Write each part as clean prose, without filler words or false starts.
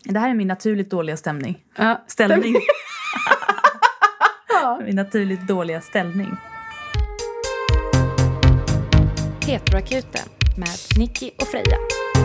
Det här är min naturligt dåliga ställning. Ja, Ställning. Min naturligt dåliga ställning. Heteroakuten med Nicky och Freja.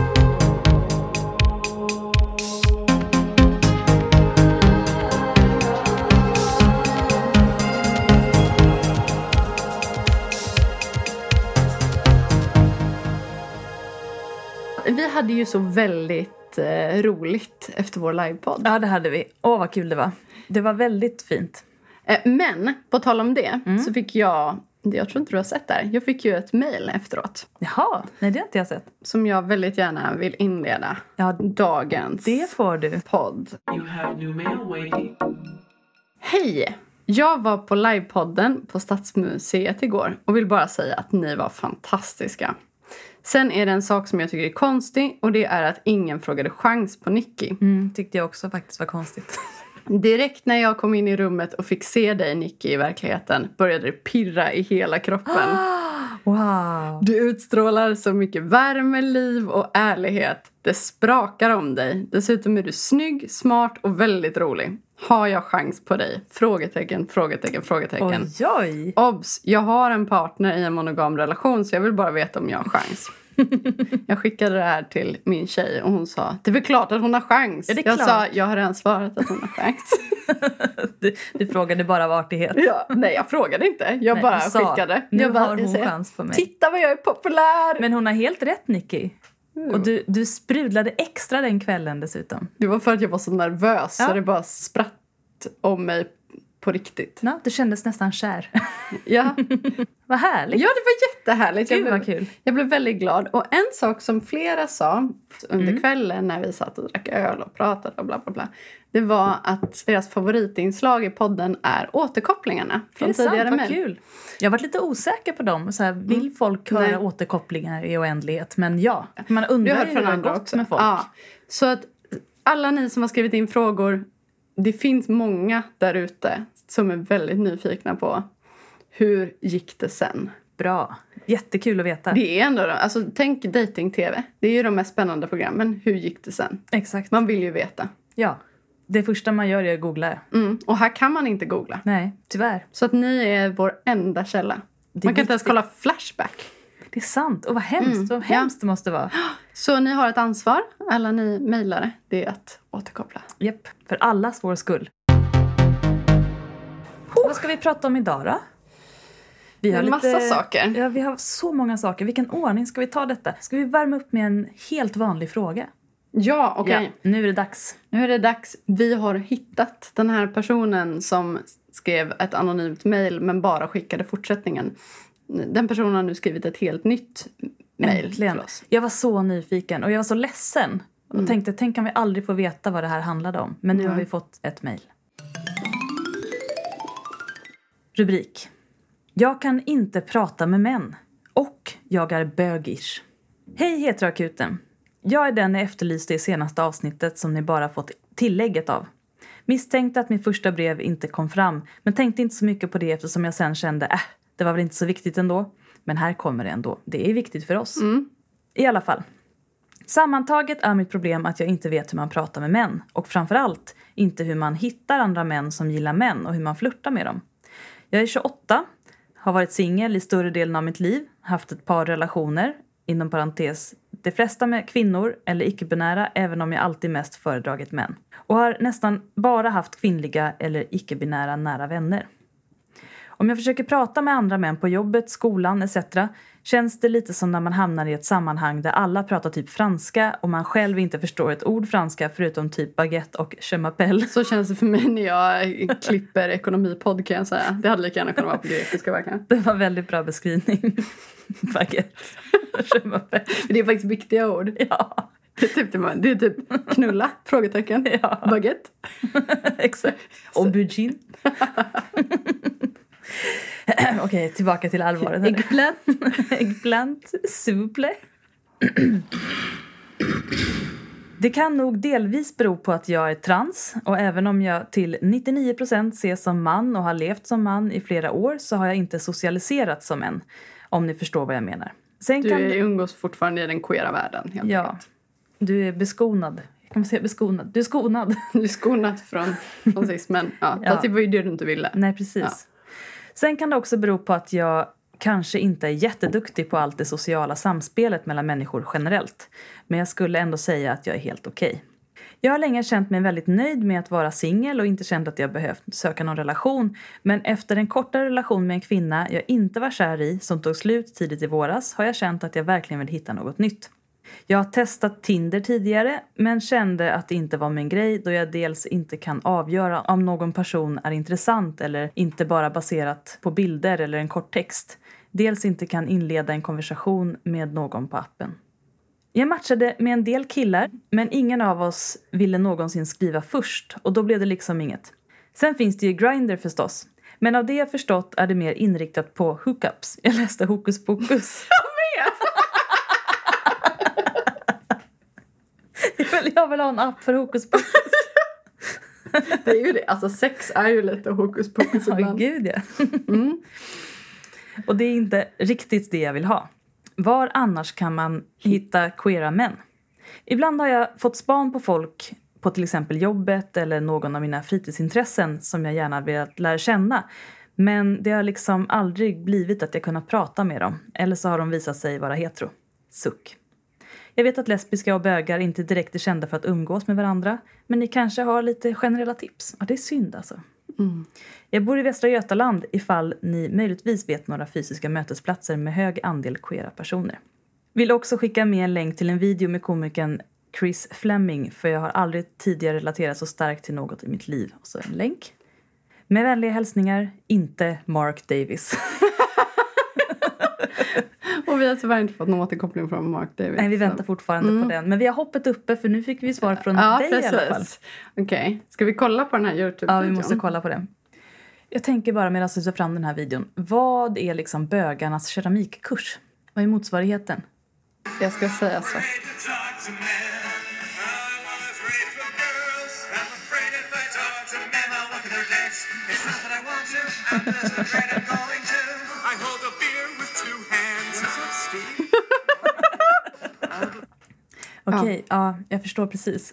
Vi hade ju så väldigt roligt efter vår livepodd. Ja, det hade vi. Åh, vad kul det var. Det var väldigt fint. Men på tal om det så fick jag tror inte du har sett där. Jag fick ju ett mejl efteråt. Jaha, nej det har inte jag sett. Som jag väldigt gärna vill inleda dagens Det får du. podd. You have new mail waiting. Hej! Jag var på livepodden på Stadsmuseet igår och vill bara säga att ni var fantastiska. Sen är det en sak som jag tycker är konstig och det är att ingen frågade chans på Nicky. Tyckte jag också faktiskt var konstigt. Direkt när jag kom in i rummet och fick se dig, Nicky, i verkligheten började det pirra i hela kroppen. Wow. Du utstrålar så mycket värme, liv och ärlighet. Det sprakar om dig. Dessutom är du snygg, smart och väldigt rolig. Har jag chans på dig? Frågetecken, frågetecken, frågetecken. Oj, oj. Obs, jag har en partner i en monogam relation så jag vill bara veta om jag har chans. Jag skickade det här till min tjej och hon sa, det är väl klart att hon har chans. Ja, det är jag klart. sa, jag har redan svarat att hon har chans. Du frågade bara av artighet. Ja, nej, jag frågade inte. Jag Nej, bara du sa, skickade. nu Jag bara, har hon säger, chans på mig. Titta vad jag är populär. Men hon har helt rätt, Nicky. Och du sprudlade extra den kvällen dessutom. Det var för att jag var så nervös så det bara spratt om mig på riktigt. Ja, du kändes nästan kär. Ja, Vad härligt. ja det var jättehärligt. Gud, vad kul. Jag blev väldigt glad. Och en sak som flera sa under kvällen när vi satt och drack öl och pratade och bla bla bla. Det var att deras favoritinslag i podden är återkopplingarna Är från det sant? tidigare Vad mejl. kul. Jag har varit lite osäker på dem. Så här, vill folk höra Nej. återkopplingar i oändlighet? Men ja, man Du undrar har ju hört hur från det har andra gått också. med folk. Ja. Så att alla ni som har skrivit in frågor, det finns många där ute som är väldigt nyfikna på hur gick det sen? Bra. Jättekul att veta. Det är ändå, alltså tänk dating-tv. Det är ju de mest spännande programmen. Hur gick det sen? Exakt. Man vill ju veta. Ja. Det första man gör är att googla. Och här kan man inte googla. Nej, tyvärr. Så att ni är vår enda källa. Det är Man kan inte ens viktigt. kolla Flashback. Det är sant. Och vad hemskt. Vad hemskt det måste vara. Så ni har ett ansvar, alla ni mejlare. Det är att återkoppla. Japp. För allas vår skull. Vad ska vi prata om idag då? Vi har En massa saker. Ja, vi har så många saker. Vilken ordning ska vi ta detta? Ska vi värma upp med en helt vanlig fråga? Ja, okej. Ja, nu är det dags. Nu är det dags. Vi har hittat den här personen som skrev ett anonymt mejl men bara skickade fortsättningen. Den personen har nu skrivit ett helt nytt mejl Äntligen. till oss. Jag var så nyfiken och jag var så ledsen. Och tänkte, tänk om vi aldrig får veta vad det här handlade om. Men nu har vi fått ett mejl. Rubrik. Jag kan inte prata med män. Och jag är bögish. Hej heteroakuten. Jag är den jag efterlyste i senaste avsnittet som ni bara fått tillägget av. Misstänkte att mitt första brev inte kom fram. Men tänkte inte så mycket på det eftersom jag sen kände det var väl inte så viktigt ändå. Men här kommer det ändå. Det är viktigt för oss. I alla fall. Sammantaget är mitt problem att jag inte vet hur man pratar med män. Och framförallt inte hur man hittar andra män som gillar män och hur man flirtar med dem. Jag är 28, har varit singel i större delen av mitt liv, haft ett par relationer, inom parentes, de flesta med kvinnor eller icke-binära även om jag alltid mest föredragit män. Och har nästan bara haft kvinnliga eller icke-binära nära vänner. Om jag försöker prata med andra män på jobbet, skolan etc. känns det lite som när man hamnar i ett sammanhang där alla pratar typ franska och man själv inte förstår ett ord franska förutom typ baguette och je m'appelle. Så känns det för mig när jag klipper ekonomipodd kan jag säga. Det hade lika gärna kunnat vara på grekiska verkligen. Det var en väldigt bra beskrivning. Baguette. Je m'appelle. Det är faktiskt viktiga ord. Ja, Det är typ knulla, frågetecken, Ja. baguette. exakt. Aubergine. Okej, tillbaka till allvaret. Äggplätt. Äggplant, suple. Det kan nog delvis bero på att jag är trans. Och även om jag till 99% ses som man och har levt som man i flera år så har jag inte socialiserats som en. Om ni förstår vad jag menar. Sen Du umgås fortfarande i den queera världen. Helt Ja, enkelt. du är beskonad Kan man säga beskonad? Du är skonad. Du är skonad från sist, men fast det var ju det du inte ville. Nej, precis. Ja. Sen kan det också bero på att jag kanske inte är jätteduktig på allt det sociala samspelet mellan människor generellt. Men jag skulle ändå säga att jag är helt okej. Jag har länge känt mig väldigt nöjd med att vara singel och inte känt att jag behövt söka någon relation. Men efter en kortare relation med en kvinna jag inte var kär i som tog slut tidigt i våras har jag känt att jag verkligen vill hitta något nytt. Jag har testat Tinder tidigare men kände att det inte var min grej då jag dels inte kan avgöra om någon person är intressant eller inte bara baserat på bilder eller en kort text. Dels inte kan inleda en konversation med någon på appen. Jag matchade med en del killar men ingen av oss ville någonsin skriva först och då blev det liksom inget. Sen finns det ju Grindr förstås. Men av det jag förstått är det mer inriktat på hookups. Jag läste Hokus Pokus. Jag vill ha en app för Hokus Pokus. Det är ju det. Alltså sex är ju lite Hokus Pokus ibland. Ja, gud ja. Och det är inte riktigt det jag vill ha. Var annars kan man hitta queera män? Ibland har jag fått span på folk på till exempel jobbet eller någon av mina fritidsintressen som jag gärna vill lära känna. Men det har liksom aldrig blivit att jag kunnat prata med dem. Eller så har de visat sig vara hetero. Suck. Jag vet att lesbiska och bögar inte direkt är kända för att umgås med varandra. Men ni kanske har lite generella tips. Ja, det är synd alltså. Jag bor i Västra Götaland ifall ni möjligtvis vet några fysiska mötesplatser med hög andel queera personer. Vill också skicka med en länk till en video med komikern Chris Fleming för jag har aldrig tidigare relaterat så starkt till något i mitt liv. Och så en länk. Med vänliga hälsningar, inte Mark Davis. Och vi har tyvärr inte fått någon återkoppling från Mark Davis. Nej, vi väntar fortfarande på den. Men vi har hoppet uppe för nu fick vi svar från dig precis. I alla fall. Okej. Ska vi kolla på den här YouTube-videon? Ja, vi måste kolla på den. Jag tänker bara medan jag tar fram den här videon. Vad är liksom bögarnas keramikkurs? Vad är motsvarigheten? Jag ska säga så. Okej, ja, jag förstår precis.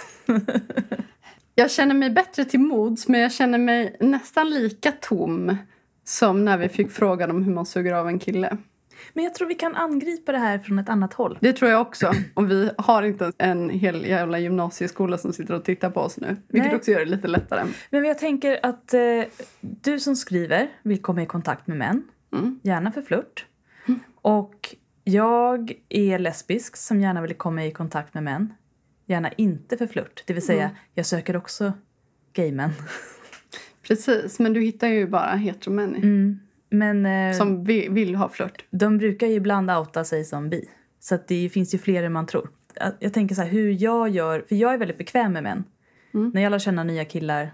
Jag känner mig bättre till mods, men jag känner mig nästan lika tom som när vi fick frågan om hur man suger av en kille. Men jag tror vi kan angripa det här från ett annat håll. Det tror jag också. Och vi har inte en hel jävla gymnasieskola som sitter och tittar på oss nu. Vilket också gör det lite lättare. Men jag tänker att du som skriver vill komma i kontakt med män. Gärna för flört. Och jag är lesbisk som gärna vill komma i kontakt med män. Gärna inte för flört. Det vill säga, jag söker också gaymän. Precis, men du hittar ju bara heteromän. Men, som vill ha flört. De brukar ju ibland outa sig som bi. Så att det finns ju fler än man tror. Jag tänker så här, hur jag gör... För jag är väldigt bekväm med män. När jag lär känna nya killar.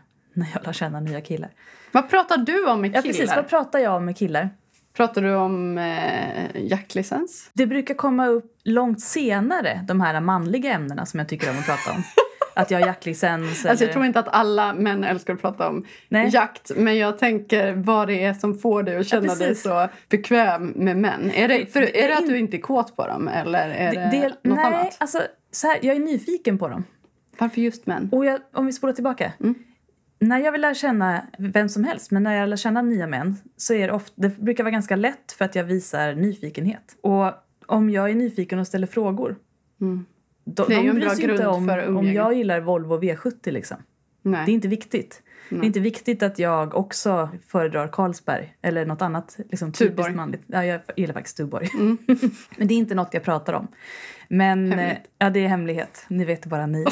Vad pratar du om med killar? Ja, precis. Vad pratar jag om med killar? Pratar du om jaktlicens? Det brukar komma upp långt senare, de här manliga ämnena som jag tycker om att prata om. Att jag har jaktlicens. Alltså jag tror inte att alla män älskar att prata om jakt. Men jag tänker vad det är som får dig att känna dig så bekväm med män. Är det att du inte är kåt på dem? Eller är det något annat? Nej, alltså så här, jag är nyfiken på dem. Varför just män? Och om vi spolar tillbaka. När jag vill lära känna vem som helst, men när jag lär känna nya män så är det ofta, det brukar vara ganska lätt för att jag visar nyfikenhet. Och om jag är nyfiken och ställer frågor, de bryr sig inte om jag gillar Volvo V70 liksom. Nej. Det är inte viktigt. Nej. Det är inte viktigt att jag också föredrar Carlsberg eller något annat liksom, typiskt manligt. Ja, jag gillar faktiskt Tuborg. Men det är inte något jag pratar om. Men ja, det är hemlighet. Ni vet bara ni.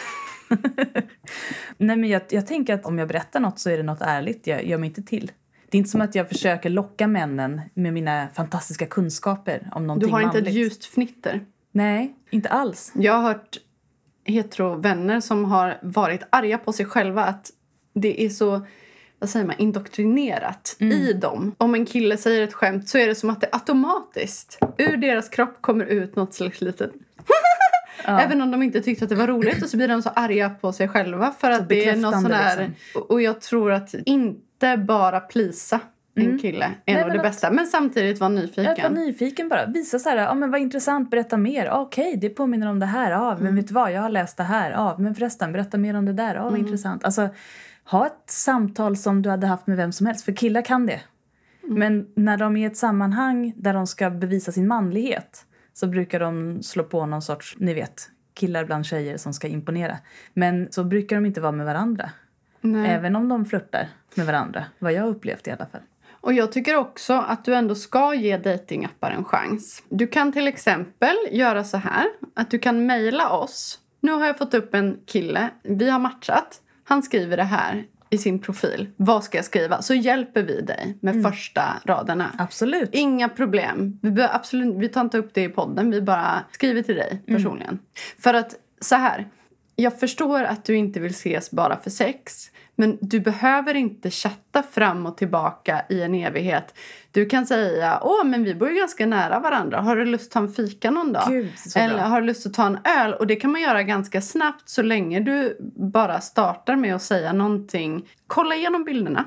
Nej, men jag tänker att om jag berättar något så är det något ärligt. Jag gör mig inte till. Det är inte som att jag försöker locka männen med mina fantastiska kunskaper om någonting manligt. Du har inte ett ljust fnitter. Nej, inte alls. Jag har hört heterovänner som har varit arga på sig själva att det är så, vad säger man, indoktrinerat i dem. Om en kille säger ett skämt så är det som att det automatiskt ur deras kropp kommer ut något slags litet även om de inte tyckte att det var roligt, och så blir de så arga på sig själva för att det är något sån här liksom. Och jag tror att inte bara plisa en kille är nog det bästa. Men samtidigt vara nyfiken. Att vara nyfiken bara. Visa så här, ja men vad intressant, berätta mer. Okej, det påminner om det här. Ja, men vet du vad, jag har läst det här. Ja, men förresten, berätta mer om det där. Ja, vad intressant. Alltså, ha ett samtal som du hade haft med vem som helst. För killar kan det. Men när de är i ett sammanhang där de ska bevisa sin manlighet så brukar de slå på någon sorts, ni vet, killar bland tjejer som ska imponera. Men så brukar de inte vara med varandra. Nej. Även om de flörtar med varandra. Vad jag har upplevt i alla fall. Och jag tycker också att du ändå ska ge datingappar en chans. Du kan till exempel göra så här. Att du kan mejla oss. Nu har jag fått upp en kille. Vi har matchat. Han skriver det här i sin profil. Vad ska jag skriva? Så hjälper vi dig med första raderna. Absolut. Inga problem. Vi tar inte upp det i podden. Vi bara skriver till dig personligen. För att så här. Jag förstår att du inte vill ses bara för sex. Men du behöver inte chatta fram och tillbaka i en evighet. Du kan säga, men vi bor ju ganska nära varandra. Har du lust att ta en fika någon dag? Gud, eller har du lust att ta en öl? Och det kan man göra ganska snabbt så länge du bara startar med att säga någonting. Kolla igenom bilderna.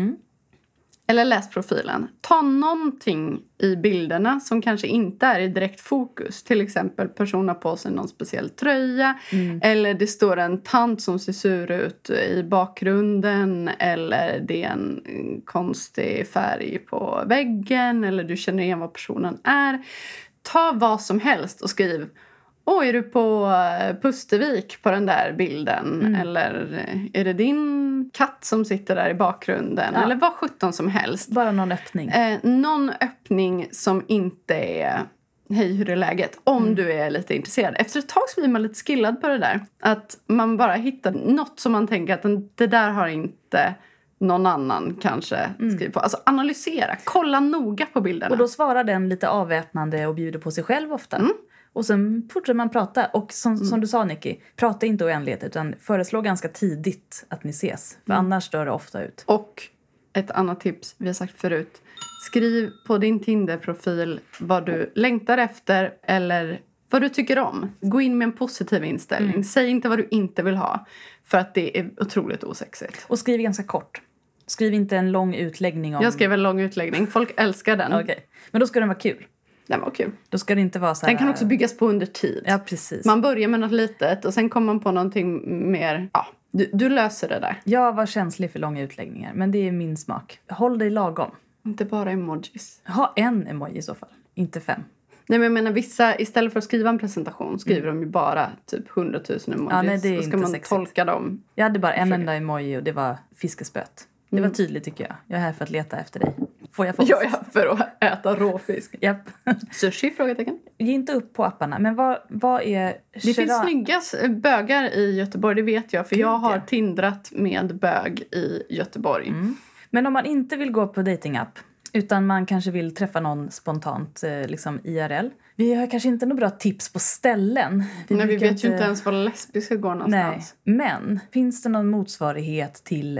Eller läs profilen. Ta någonting i bilderna som kanske inte är i direkt fokus. Till exempel personen har på sig någon speciell tröja. Eller det står en tant som ser sur ut i bakgrunden. Eller det är en konstig färg på väggen. Eller du känner igen vad personen är. Ta vad som helst och skriv. Är du på Pustervik på den där bilden? Eller är det din katt som sitter där i bakgrunden? Eller vad 17 som helst. Bara någon öppning. Någon öppning som inte är hej, hur är läget? Om du är lite intresserad. Efter ett tag så blir man lite skillad på det där. Att man bara hittar något som man tänker att det där har inte någon annan kanske skrivit på. Alltså analysera, kolla noga på bilderna. Och då svarar den lite avväpnande och bjuder på sig själv ofta. Och sen fortsätter man prata. Och som du sa, Nicky, prata inte oändlighet utan föreslå ganska tidigt att ni ses. För annars dör det ofta ut. Och ett annat tips, vi har sagt förut. Skriv på din Tinder-profil vad du längtar efter eller vad du tycker om. Gå in med en positiv inställning. Säg inte vad du inte vill ha. För att det är otroligt osexigt. Och skriv ganska kort. Skriv inte en lång utläggning om... Jag skrev en lång utläggning. Folk älskar den. Okej. Men då ska den vara kul. Den var kul. Då ska det inte vara så här... Den kan också byggas på under tid. Ja, precis. Man börjar med något litet och sen kommer man på någonting mer... Ja, du löser det där. Jag var känslig för långa utläggningar, men det är min smak. Håll dig lagom. Inte bara emojis. Ha en emoji i så fall, inte 5. Nej, men jag menar vissa, istället för att skriva en presentation skriver de ju bara typ 100 000 emojis. Ja, nej, det är så ska inte man sexigt. tolka dem. Jag hade bara en enda emoji och det var fiskespöt. Det var tydligt tycker jag. Jag är här för att leta efter dig. Får jag få? Jag är här för att äta råfisk. Japp. Sushi? Frågetecken. Ge inte upp på apparna. Men vad är... Det finns snygga bögar i Göteborg, det vet jag. För jag har tindrat med bög i Göteborg. Men om man inte vill gå på datingapp utan man kanske vill träffa någon spontant liksom IRL. Vi har kanske inte några bra tips på ställen. Vi vet ju inte ens var lesbiska går någonstans. Nej, men finns det någon motsvarighet till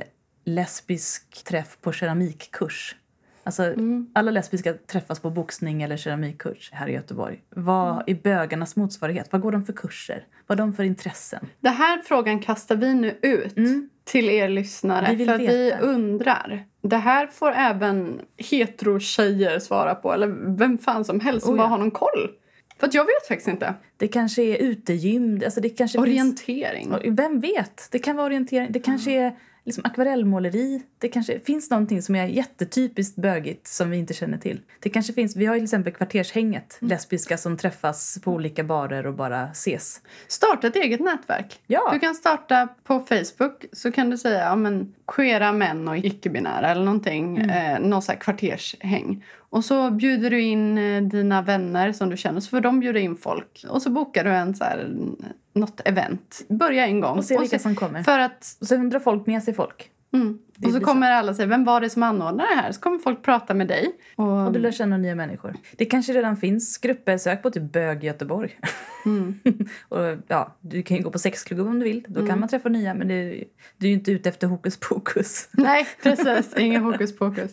lesbisk träff på keramikkurs? Alltså, alla lesbiska träffas på boxning eller keramikkurs här i Göteborg. Vad är bögarnas motsvarighet? Vad går de för kurser? Vad har de för intressen? Det här frågan kastar vi nu ut till er lyssnare. Vi för veta. vi undrar. Det här får även hetero-tjejer svara på. Eller vem fan som helst som bara har någon koll. För att jag vet faktiskt inte. Det kanske är utegym. Alltså det kanske orientering. Vem vet? Det kan vara orientering. Det kanske är liksom akvarellmåleri. Det kanske finns någonting som är jättetypiskt bögigt som vi inte känner till. Det kanske finns, vi har till exempel kvartershänget. Lesbiska som träffas på olika barer och bara ses. Starta ett eget nätverk. Ja. Du kan starta på Facebook, så kan du säga ja, men, queera män och icke-binära eller någonting. Någon så här kvartershäng. Och så bjuder du in dina vänner som du känner, så får de bjuda in folk. Och så bokar du en så här, något event. Börja en gång. Och se vilka som kommer. För att, och så undrar folk med sig folk. Och så kommer alla säga, vem var det som anordnade det här? Så kommer folk prata med dig. Och du lär känna nya människor. Det kanske redan finns grupper, sök på typ bög Göteborg. Och ja, du kan ju gå på sexklubb om du vill. Då kan man träffa nya, men du är ju inte ute efter hokus pokus. Nej, precis. Ingen hokus pokus.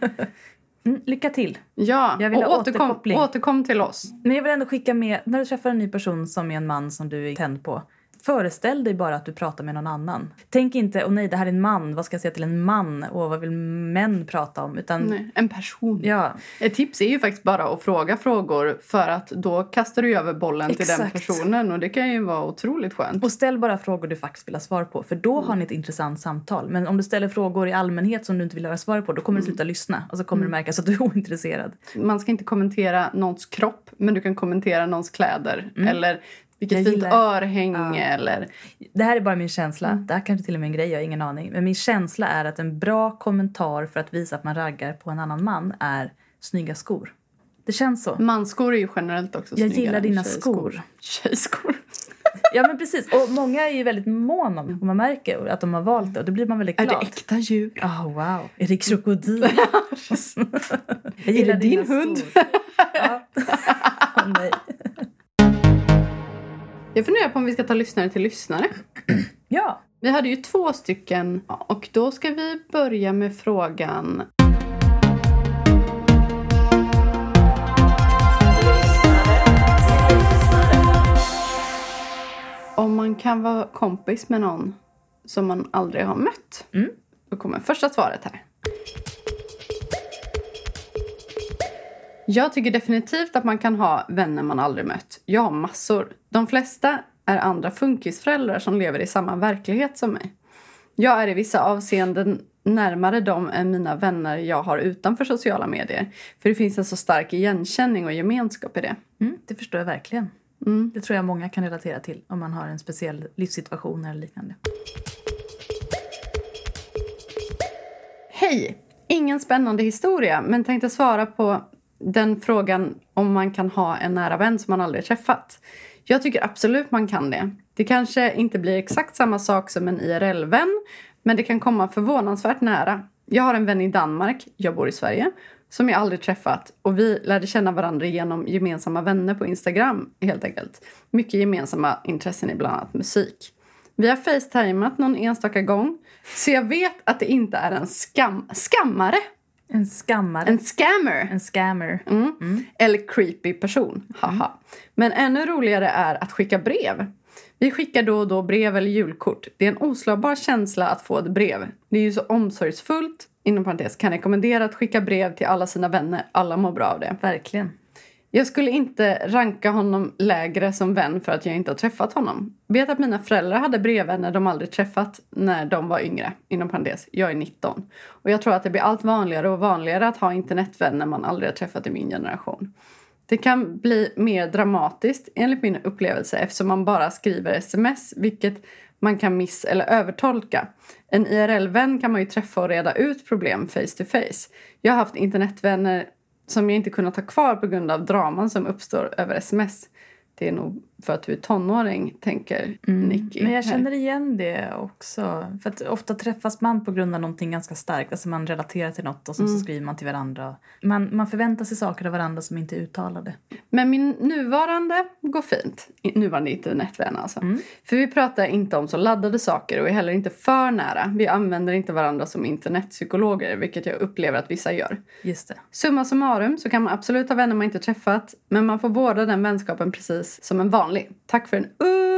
Lycka till. Ja, Jag vill ha återkom till oss. Men jag vill ändå skicka med, när du träffar en ny person som är en man som du är tänd på. Föreställ dig bara att du pratar med någon annan. Tänk inte, nej det här är en man, vad ska jag säga till en man? Och vad vill män prata om? Utan, Nej, en person. Ja. Ett tips är ju faktiskt bara att fråga frågor, för att då kastar du över bollen till den personen. Och det kan ju vara otroligt skönt. Och ställ bara frågor du faktiskt vill ha svar på. För då har ni ett intressant samtal. Men om du ställer frågor i allmänhet som du inte vill ha svar på, då kommer du sluta lyssna. Och så kommer det märkas att du är ointresserad. Man ska inte kommentera någons kropp, men du kan kommentera någons kläder. Eller vilket fint örhänge. Eller... Det här är bara min känsla. Det här kanske till och med en grej, jag har ingen aning. Men min känsla är att en bra kommentar för att visa att man raggar på en annan man är snygga skor. Det känns så. Manskor är ju generellt också jag snyggare. Gillar dina skor. Tjejskor. Ja, men precis. Och många är ju väldigt måna om. Och man märker att de har valt det. Och då blir man väldigt glad. Är det äkta djur? Wow. Är det krokodil? Jag gillar är det din dina hund? Ja. Nej. Jag funderar på om vi ska ta lyssnare till lyssnare. Ja. Vi hade ju 2 stycken. Och då ska vi börja med frågan... Om man kan vara kompis med någon som man aldrig har mött. Då kommer första svaret här. Jag tycker definitivt att man kan ha vänner man aldrig mött. Jag har massor. De flesta är andra funkisföräldrar som lever i samma verklighet som mig. Jag är i vissa avseenden närmare dem än mina vänner jag har utanför sociala medier. För det finns en så stark igenkänning och gemenskap i det. Det förstår jag verkligen. Det tror jag många kan relatera till om man har en speciell livssituation eller liknande. Hej! Ingen spännande historia, men tänkte svara på den frågan om man kan ha en nära vän som man aldrig träffat. Jag tycker absolut man kan det. Det kanske inte blir exakt samma sak som en IRL-vän, men det kan komma förvånansvärt nära. Jag har en vän i Danmark, jag bor i Sverige, som jag aldrig träffat. Och vi lärde känna varandra genom gemensamma vänner på Instagram, helt enkelt. Mycket gemensamma intressen i bland annat musik. Vi har facetimat någon enstaka gång, så jag vet att det inte är en skammare. En skammare. En scammer. En scammer. Eller creepy person. Haha. Men ännu roligare är att skicka brev. Vi skickar då och då brev eller julkort. Det är en oslagbar känsla att få ett brev. Det är ju så omsorgsfullt. Inom parentes kan rekommendera att skicka brev till alla sina vänner. Alla mår bra av det. Verkligen. Jag skulle inte ranka honom lägre som vän för att jag inte har träffat honom. Vet att mina föräldrar hade brevvänner de aldrig träffat när de var yngre. Inom parentes, jag är 19. Och jag tror att det blir allt vanligare och vanligare att ha internetvänner man aldrig har träffat i min generation. Det kan bli mer dramatiskt enligt min upplevelse eftersom man bara skriver sms, vilket man kan miss- eller övertolka. En IRL-vän kan man ju träffa och reda ut problem face to face. Jag har haft internetvänner som jag inte kunnat ha kvar på grund av draman som uppstår över sms. Det är nog för att du är tonåring, tänker Nicky. Men jag känner igen det också. För att ofta träffas man på grund av någonting ganska starkt. Alltså man relaterar till något och så skriver man till varandra. Man förväntar sig saker av varandra som inte är uttalade. Men min nuvarande går fint. Nuvarande internetvän alltså. För vi pratar inte om så laddade saker och är heller inte för nära. Vi använder inte varandra som internetpsykologer, vilket jag upplever att vissa gör. Just det. Summa summarum så kan man absolut ha vänner man inte träffat. Men man får vårda den vänskapen precis som en vanlig. Tack för en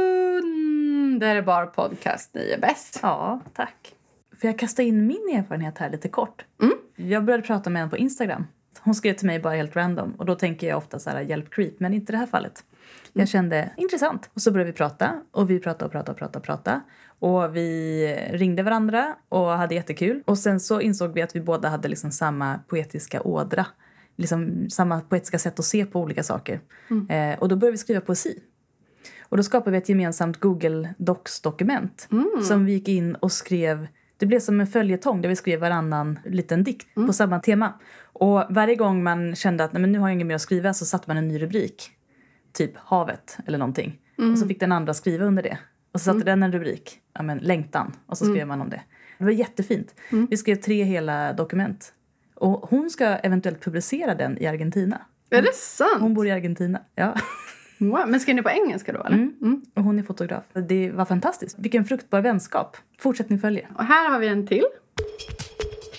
underbar podcast. Ni är bäst. Ja, tack. Får jag kasta in min erfarenhet här lite kort? Jag började prata med henne på Instagram. Hon skrev till mig bara helt random. Och då tänker jag ofta så här, hjälp creep. Men inte i det här fallet. Jag kände, intressant. Och så började vi prata. Och vi pratade. Och vi ringde varandra och hade jättekul. Och sen så insåg vi att vi båda hade liksom samma poetiska ådra. Liksom samma poetiska sätt att se på olika saker. Och då började vi skriva poesi. Och då skapade vi ett gemensamt Google Docs-dokument. Som vi gick in och skrev. Det blev som en följetong där vi skrev varannan liten dikt på samma tema. Och varje gång man kände att nej, men nu har jag inget mer att skriva så satte man en ny rubrik. Typ havet eller någonting. Och så fick den andra skriva under det. Och så satte den en rubrik. Ja men längtan. Och så skrev man om det. Det var jättefint. Vi skrev 3 hela dokument. Och hon ska eventuellt publicera den i Argentina. Är det sant? Hon bor i Argentina, ja. Wow. Men ska ni på engelska då, eller? Och hon är fotograf. Det var fantastiskt. Vilken fruktbar vänskap. Fortsättning följer. Och här har vi en till.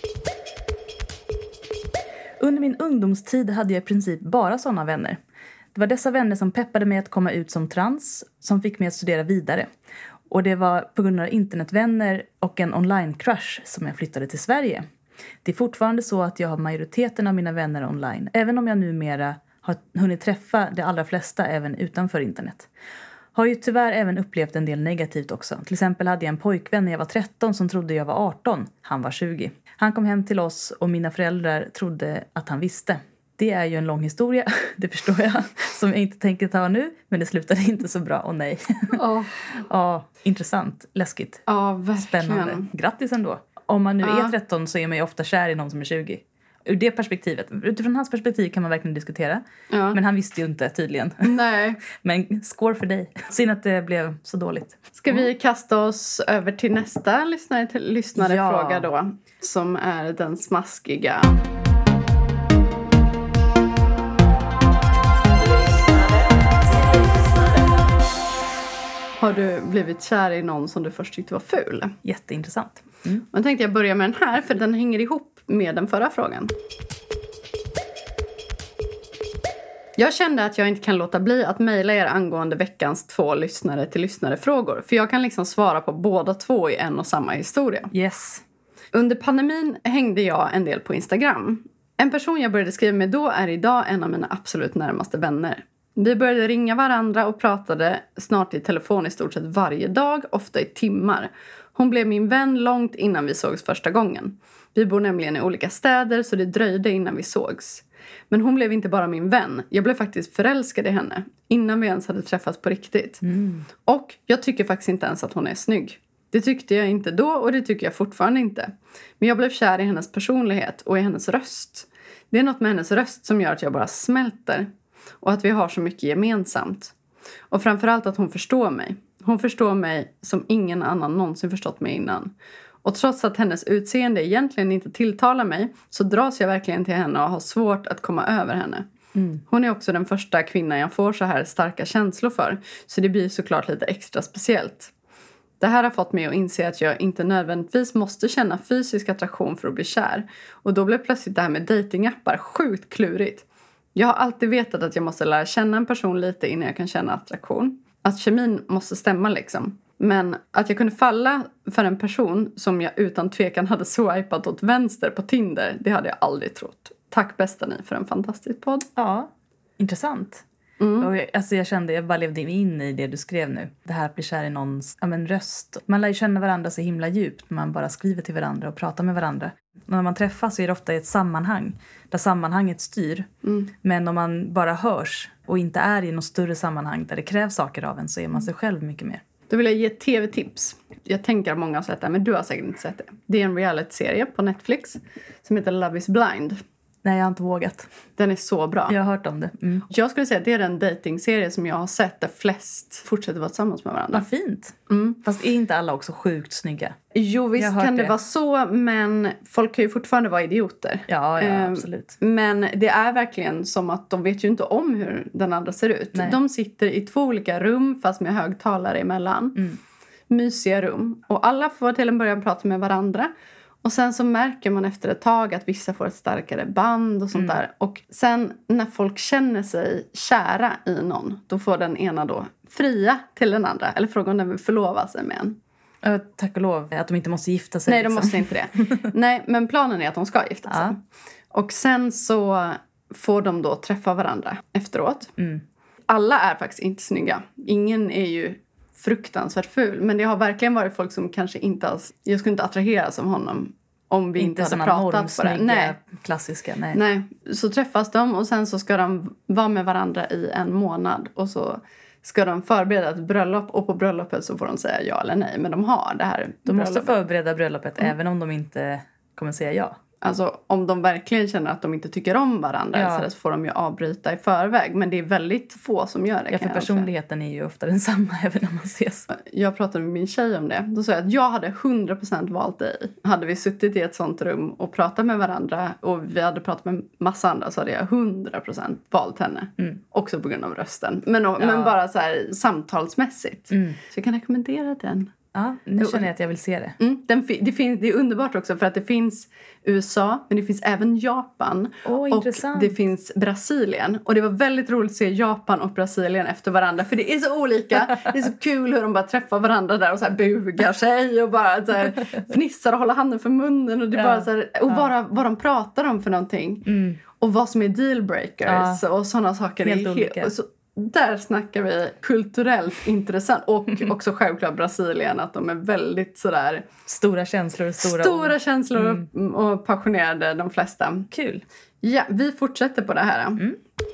Under min ungdomstid hade jag i princip bara sådana vänner. Det var dessa vänner som peppade mig att komma ut som trans, som fick mig att studera vidare. Och det var på grund av internetvänner och en online-crush som jag flyttade till Sverige. Det är fortfarande så att jag har majoriteten av mina vänner online, även om jag numera har hunnit träffa de allra flesta även utanför internet. Har ju tyvärr även upplevt en del negativt också. Till exempel hade jag en pojkvän när jag var 13 som trodde jag var 18. Han var 20. Han kom hem till oss och mina föräldrar trodde att han visste. Det är ju en lång historia, det förstår jag, som jag inte tänker ta nu. Men det slutade inte så bra, och nej. Ja, intressant, läskigt. Ja, verkligen. Spännande. Grattis ändå. Om man nu är 13 så är man ju ofta kär i någon som är 20. Ur det perspektivet. Utifrån hans perspektiv kan man verkligen diskutera. Ja. Men han visste ju inte tydligen. Nej. Men score för dig. Synd att det blev så dåligt. Ska vi kasta oss över till nästa lyssnarefråga då? Som är den smaskiga. Har du blivit kär i någon som du först tyckte var ful? Jätteintressant. Men tänkte jag börja med den här, för den hänger ihop med den förra frågan. Jag kände att jag inte kan låta bli att mejla er angående veckans 2 lyssnare till lyssnarefrågor. För jag kan liksom svara på båda 2 i en och samma historia. Yes. Under pandemin hängde jag en del på Instagram. En person jag började skriva med då är idag en av mina absolut närmaste vänner. Vi började ringa varandra och pratade snart i telefon i stort sett varje dag, ofta i timmar. Hon blev min vän långt innan vi sågs första gången. Vi bor nämligen i olika städer, så det dröjde innan vi sågs. Men hon blev inte bara min vän. Jag blev faktiskt förälskad i henne innan vi ens hade träffats på riktigt. Och jag tycker faktiskt inte ens att hon är snygg. Det tyckte jag inte då, och det tycker jag fortfarande inte. Men jag blev kär i hennes personlighet och i hennes röst. Det är något med hennes röst som gör att jag bara smälter. Och att vi har så mycket gemensamt. Och framförallt att hon förstår mig. Hon förstår mig som ingen annan någonsin förstått mig innan. Och trots att hennes utseende egentligen inte tilltalar mig, så dras jag verkligen till henne och har svårt att komma över henne. Hon är också den första kvinnan jag får så här starka känslor för. Så det blir såklart lite extra speciellt. Det här har fått mig att inse att jag inte nödvändigtvis måste känna fysisk attraktion för att bli kär. Och då blev plötsligt det här med datingappar sjukt klurigt. Jag har alltid vetat att jag måste lära känna en person lite innan jag kan känna attraktion. Att kemin måste stämma liksom. Men att jag kunde falla för en person som jag utan tvekan hade swipat åt vänster på Tinder, det hade jag aldrig trott. Tack bästa ni för en fantastisk podd. Ja, intressant. Och jag kände, jag bara levde in i det du skrev nu. Det här att bli kär i någons röst. Man lär ju känna varandra så himla djupt när man bara skriver till varandra och pratar med varandra. När man träffas så är det ofta i ett sammanhang där sammanhanget styr. Men om man bara hörs och inte är i något större sammanhang där det krävs saker av en, så är man sig själv mycket mer. Då vill jag ge ett tv-tips. Jag tänker att många har sett det, men du har säkert inte sett det. Det är en reality-serie på Netflix som heter Love is blind. Nej, jag har inte vågat. Den är så bra. Jag har hört om det. Jag skulle säga att det är den dating-serie som jag har sett där flest fortsätter vara tillsammans med varandra. Vad fint. Fast är inte alla också sjukt snygga? Jo, visst kan det vara så, men folk kan ju fortfarande vara idioter. Ja, absolut. Men det är verkligen som att de vet ju inte om hur den andra ser ut. Nej. De sitter i 2 olika rum fast med högtalare emellan. Mysiga rum. Och alla får till en början prata med varandra. Och sen så märker man efter ett tag att vissa får ett starkare band och sånt där. Och sen när folk känner sig kära i någon, då får den ena då fria till den andra. Eller fråga om den vill förlova sig med en. Tack och lov att de inte måste gifta sig. Nej, de måste inte det. Nej, men planen är att de ska gifta sig. Och sen så får de då träffa varandra efteråt. Alla är faktiskt inte snygga. Ingen är ju fruktansvärt ful. Men det har verkligen varit folk som kanske inte alls... Jag skulle inte attraheras av honom om vi inte hade pratat på det. Nej, klassiska. Nej, så träffas de och sen så ska de vara med varandra i en månad. Och så ska de förbereda ett bröllop. Och på bröllopet så får de säga ja eller nej. Men de har det här De måste förbereda bröllopet även om de inte kommer säga ja. Alltså om de verkligen känner att de inte tycker om varandra så får de ju avbryta i förväg. Men det är väldigt få som gör det. Ja, för personligheten är ju ofta densamma även när man ses. Jag pratade med min tjej om det. Då sa jag att jag hade 100% valt dig. Hade vi suttit i ett sånt rum och pratat med varandra och vi hade pratat med massa andra, så hade jag 100% valt henne. Också på grund av rösten. Men bara så här samtalsmässigt. Så jag kan rekommendera den. Ja, nu känner jag att jag vill se det. Det är underbart också för att det finns USA, men det finns även Japan. Och intressant. det finns Brasilien. Och det var väldigt roligt att se Japan och Brasilien efter varandra. För det är så olika. Det är så kul hur de bara träffar varandra där och så här bugar sig. Och bara så här fnissar och håller handen för munnen. Och det är bara så här, och vad de pratar om för någonting. Och vad som är dealbreakers och sådana saker. Helt olika. Där snackar vi kulturellt intressant. Och också självklart Brasilien. Att de är väldigt sådär... Stora känslor och Stora känslor och passionerade de flesta. Kul. Ja, vi fortsätter på det här.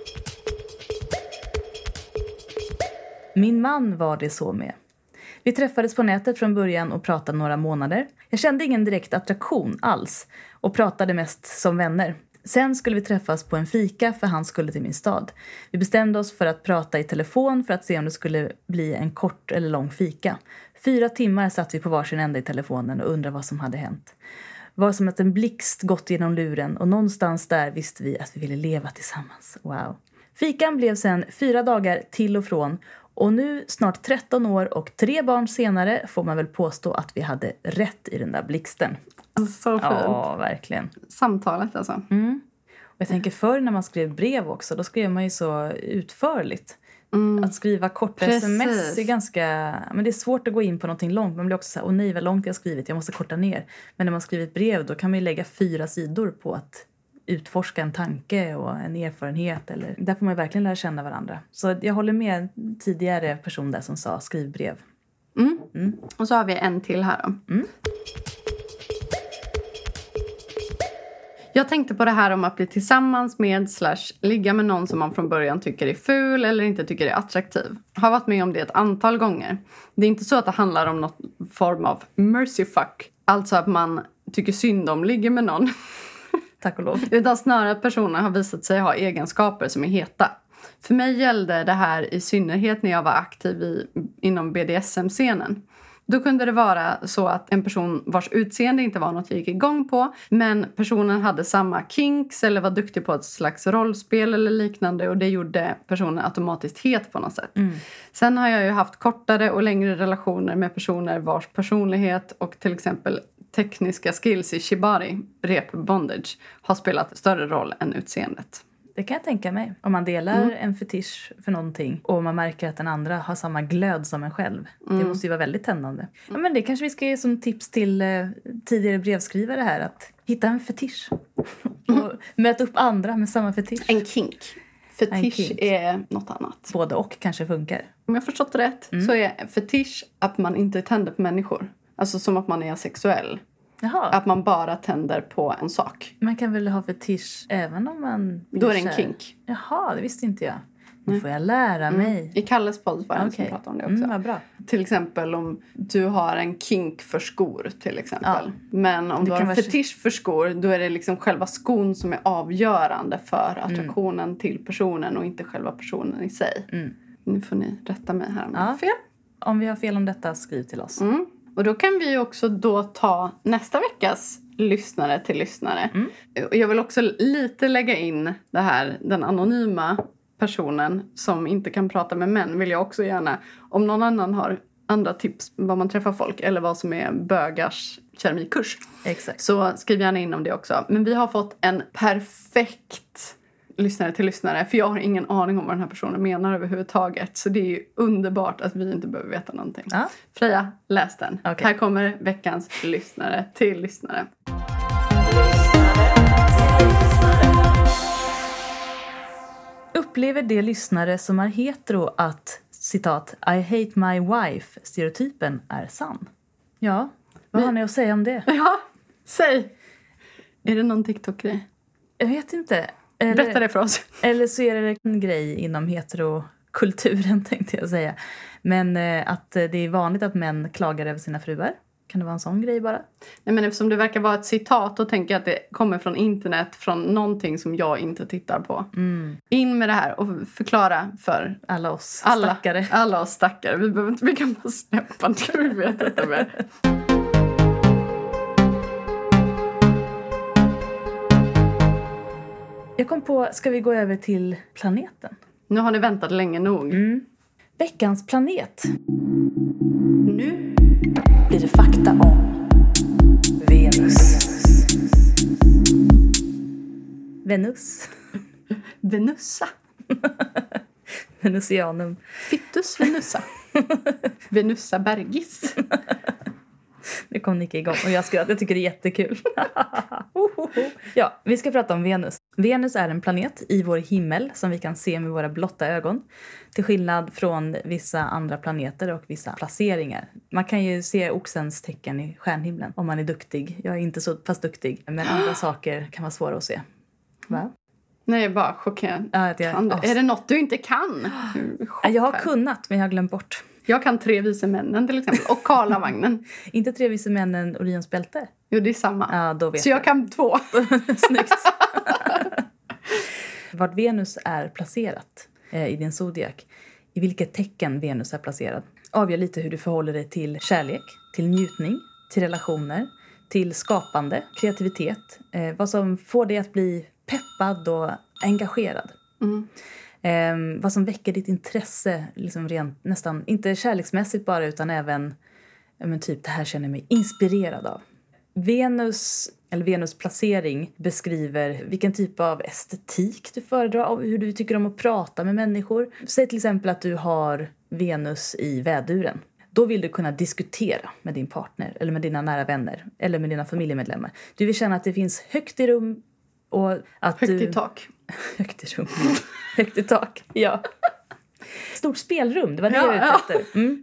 Min man var det så med. Vi träffades på nätet från början och pratade några månader. Jag kände ingen direkt attraktion alls. Och pratade mest som vänner. Sen skulle vi träffas på en fika för han skulle till min stad. Vi bestämde oss för att prata i telefon för att se om det skulle bli en kort eller lång fika. 4 timmar satt vi på varsin ända i telefonen och undrade vad som hade hänt. Var som att en blixt gått genom luren och någonstans där visste vi att vi ville leva tillsammans. Wow. Fikan blev sen 4 dagar till och från och nu snart 13 år och 3 barn senare får man väl påstå att vi hade rätt i den där blixten. Så fint. Ja, verkligen. Samtalet alltså. Och jag tänker förr när man skrev brev också, då skrev man ju så utförligt. Att skriva korta sms är ganska... Men det är svårt att gå in på någonting långt. Man blir också så här, nej vad långt jag har skrivit, jag måste korta ner. Men när man skriver ett brev, då kan man ju lägga 4 sidor på att utforska en tanke och en erfarenhet. Eller, där får man ju verkligen lära känna varandra. Så jag håller med tidigare person där som sa skriv brev. Och så har vi en till här då. Jag tänkte på det här om att bli tillsammans med / ligga med någon som man från början tycker är ful eller inte tycker är attraktiv. Har varit med om det ett antal gånger. Det är inte så att det handlar om något form av mercy fuck. Alltså att man tycker synd om ligger med någon. Tack och lov. Utan snarare att personer har visat sig ha egenskaper som är heta. För mig gällde det här i synnerhet när jag var aktiv inom BDSM-scenen. Då kunde det vara så att en person vars utseende inte var något jag gick igång på. Men personen hade samma kinks eller var duktig på ett slags rollspel eller liknande. Och det gjorde personen automatiskt het på något sätt. Sen har jag ju haft kortare och längre relationer med personer vars personlighet och till exempel tekniska skills i shibari, rep bondage, har spelat större roll än utseendet. Det kan jag tänka mig. Om man delar en fetisch för någonting och man märker att den andra har samma glöd som en själv. Det måste ju vara väldigt tändande. Ja, men det kanske vi ska ge som tips till tidigare brevskrivare här. Att hitta en fetisch. Och möta upp andra med samma fetisch. En kink. Fetisch är något annat. Både och kanske funkar. Om jag har förstått rätt så är fetisch att man inte tänder på människor. Alltså som att man är asexuell. Jaha. Att man bara tänder på en sak. Man kan väl ha fetisch även om man... Då är det en kink. Jaha, det visste inte jag. Nu får jag lära mig. I Kalles podd var det som pratade om det också. Vad bra. Till exempel om du har en kink för skor till exempel. Men om du har en fetisch för skor, då är det liksom själva skon som är avgörande för attraktionen till personen och inte själva personen i sig. Nu får ni rätta mig här om jag har fel. Om vi har fel om detta, skriv till oss. Och då kan vi också då ta nästa veckas lyssnare till lyssnare. Och jag vill också lite lägga in det här, den anonyma personen som inte kan prata med män vill jag också gärna. Om någon annan har andra tips vad man träffar folk eller vad som är bögars keramikkurs. Exakt. Så skriv gärna in om det också. Men vi har fått en perfekt lyssnare till lyssnare. För jag har ingen aning om vad den här personen menar överhuvudtaget. Så det är ju underbart att vi inte behöver veta någonting. Ja. Freja, läs den. Okay. Här kommer veckans lyssnare till lyssnare. Upplever det lyssnare som är hetero att, citat, I hate my wife, stereotypen är sann? Ja, vad har ni att säga om det? Ja, säg. Är det någon TikTok-grej? Jag vet inte. Berätta det för oss. Eller så är det en grej inom heterokulturen tänkte jag säga. Men att det är vanligt att män klagar över sina fruar. Kan det vara en sån grej bara? Nej, men eftersom det verkar vara ett citat då tänker jag att det kommer från internet. Från någonting som jag inte tittar på. In med det här och förklara för alla oss stackare. Alla oss stackare. Vi kan bara släppa det. Vi vet inte mer. Jag kom på, ska vi gå över till planeten? Nu har ni väntat länge nog. Veckans planet. Nu blir det fakta om Venus. Venus. Venussa. Venusianum. Fittus venussa. Venussa bergis. Nu kom Nicky igång och jag tycker det är jättekul. Ja, vi ska prata om Venus. Venus är en planet i vår himmel som vi kan se med våra blotta ögon. Till skillnad från vissa andra planeter och vissa placeringar. Man kan ju se oxens tecken i stjärnhimlen om man är duktig. Jag är inte så pass duktig, men andra saker kan vara svåra att se. Va? Nej, jag är bara chockerad. Ja, Är det något du inte kan? Jag har kunnat, men jag har glömt bort. Jag kan 3 vise männen till exempel. Och Karlavagnen. Inte 3 vise männen Orions bälte? Jo, det är samma. Ja, då vet så jag kan 2. Snyggt. Vart Venus är placerat i din zodiak, i vilket tecken Venus är placerad, avgör lite hur du förhåller dig till kärlek, till njutning, till relationer, till skapande, kreativitet. Vad som får dig att bli peppad och engagerad. Vad som väcker ditt intresse, liksom rent, nästan, inte kärleksmässigt bara, utan även typ det här känner jag mig inspirerad av. Venus placering beskriver vilken typ av estetik du föredrar, hur du tycker om att prata med människor. Säg till exempel att du har Venus i väduren. Då vill du kunna diskutera med din partner eller med dina nära vänner eller med dina familjemedlemmar. Du vill känna att det finns högt i rum och att högt i tak. Högt i rum. Högt i tak, ja. Stort spelrum, det var det jag var ute efter.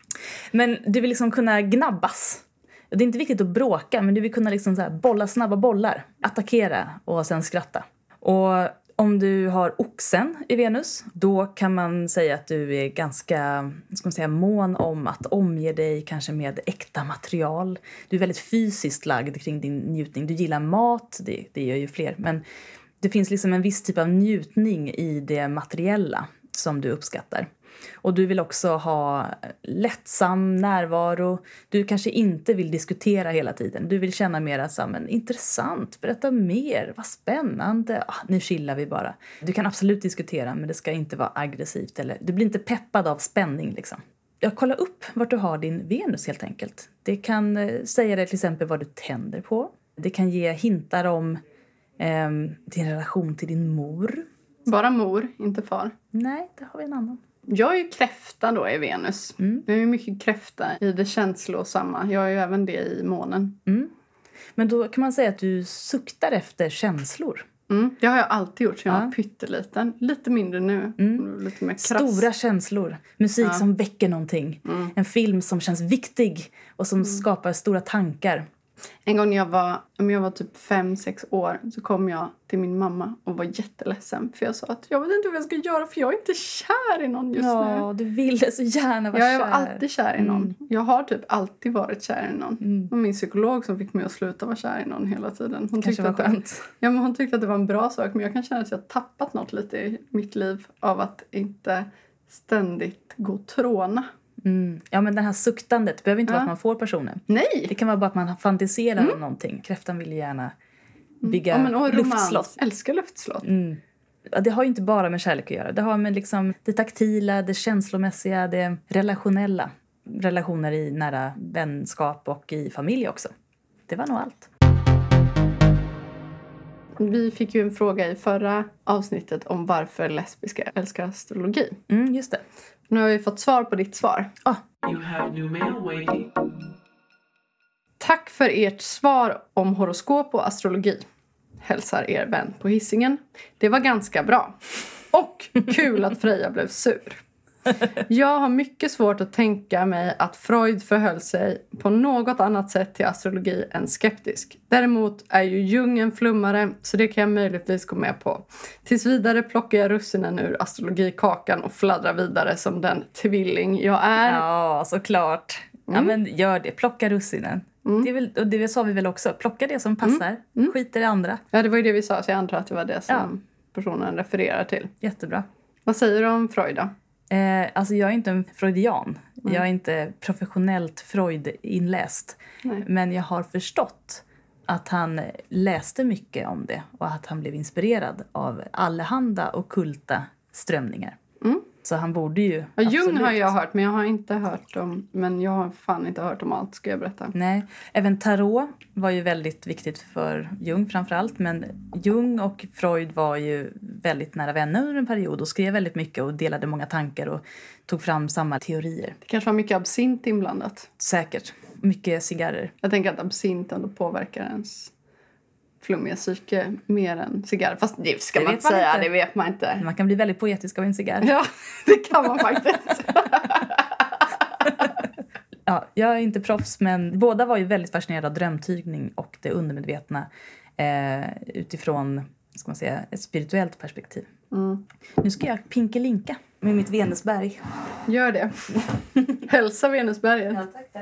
Men du vill liksom kunna gnabbas. Det är inte viktigt att bråka, men du vill kunna liksom så här bolla snabba bollar. Attackera och sen skratta. Och om du har oxen i Venus, då kan man säga att du är ganska mån om att omge dig kanske med äkta material. Du är väldigt fysiskt lagd kring din njutning. Du gillar mat, det gör ju fler. Men det finns liksom en viss typ av njutning i det materiella som du uppskattar. Och du vill också ha lättsam närvaro. Du kanske inte vill diskutera hela tiden. Du vill känna mera som en intressant, berätta mer, vad spännande. Nu chillar vi bara. Du kan absolut diskutera, men det ska inte vara aggressivt. Eller, du blir inte peppad av spänning liksom. Jag kollar upp vart du har din Venus helt enkelt. Det kan säga dig till exempel vad du tänder på. Det kan ge hintar om din relation till din mor. Bara mor, inte far. Nej, det har vi en annan. Jag är ju kräfta då i Venus. Jag är ju mycket kräfta i det känslosamma. Jag är ju även det i månen. Men då kan man säga att du suktar efter känslor. Det har jag alltid gjort så jag var pytteliten. Lite mindre nu. Lite mer krass. Stora känslor. Musik som väcker någonting. En film som känns viktig och som skapar stora tankar. En gång när jag var typ 5-6 år så kom jag till min mamma och var jätteledsen. För jag sa att jag vet inte vad jag ska göra för jag är inte kär i någon just nu. Ja, du ville så gärna vara kär. Jag var alltid kär i någon. Jag har typ alltid varit kär i någon. Och min psykolog som fick mig att sluta vara kär i någon hela tiden. Hon tyckte hon tyckte att det var en bra sak. Men jag kan känna att jag har tappat något lite i mitt liv av att inte ständigt gå och tråna. Ja, men det här suktandet behöver inte vara att man får personen. Nej! Det kan vara bara att man fantiserar om någonting. Kräftan vill gärna bygga luftslott. Älskar luftslott. Det har ju inte bara med kärlek att göra. Det har med liksom det taktila, det känslomässiga, det relationella. Relationer i nära vänskap och i familj också. Det var nog allt. Vi fick ju en fråga i förra avsnittet om varför lesbiska älskar astrologi. Just det. Nu har vi fått svar på ditt svar. You have new mail waiting. Tack för ert svar om horoskop och astrologi. Hälsar er vän på Hisingen. Det var ganska bra. Och kul att Freja blev sur. Jag har mycket svårt att tänka mig att Freud förhöll sig på något annat sätt till astrologi än skeptisk. Däremot är ju Jung en flummare, så det kan jag möjligtvis gå med på. Tills vidare plockar jag russinen ur astrologikakan och fladdrar vidare som den tvilling jag är. Ja, såklart. Ja, men gör det. Plocka russinen. Det är väl, och det sa vi väl också. Plocka det som passar. Skiter i andra. Ja, det var ju det vi sa, så jag antar att det var det som personen refererar till. Jättebra. Vad säger du om Freud då? Alltså jag är inte en freudian. Jag är inte professionellt Freud-inläst. Nej. Men jag har förstått att han läste mycket om det. Och att han blev inspirerad av allehanda ockulta strömningar. Så han borde ju... Ja, Jung absolut. har jag hört, men jag har inte hört om... Men jag har fan inte hört om allt, ska jag berätta. Nej, även tarot var ju väldigt viktigt för Jung framförallt. Men Jung och Freud var ju väldigt nära vänner under en period och skrev väldigt mycket och delade många tankar och tog fram samma teorier. Det kanske var mycket absint inblandat. Säkert. Mycket cigarrer. Jag tänker att absint ändå påverkar ens flummiga psyke mer än cigarr. Fast det ska Det man vet inte man säga, inte. det vet man inte. Man kan bli väldigt poetisk av en cigarr. Ja, det kan man faktiskt. Ja, jag är inte proffs, men båda var ju väldigt fascinerade av drömtygning och det undermedvetna utifrån, ska man säga, ett spirituellt perspektiv. Nu ska jag pinkelinka med mitt Venusberg. Gör det. Hälsa Venusberget. Ja, tack.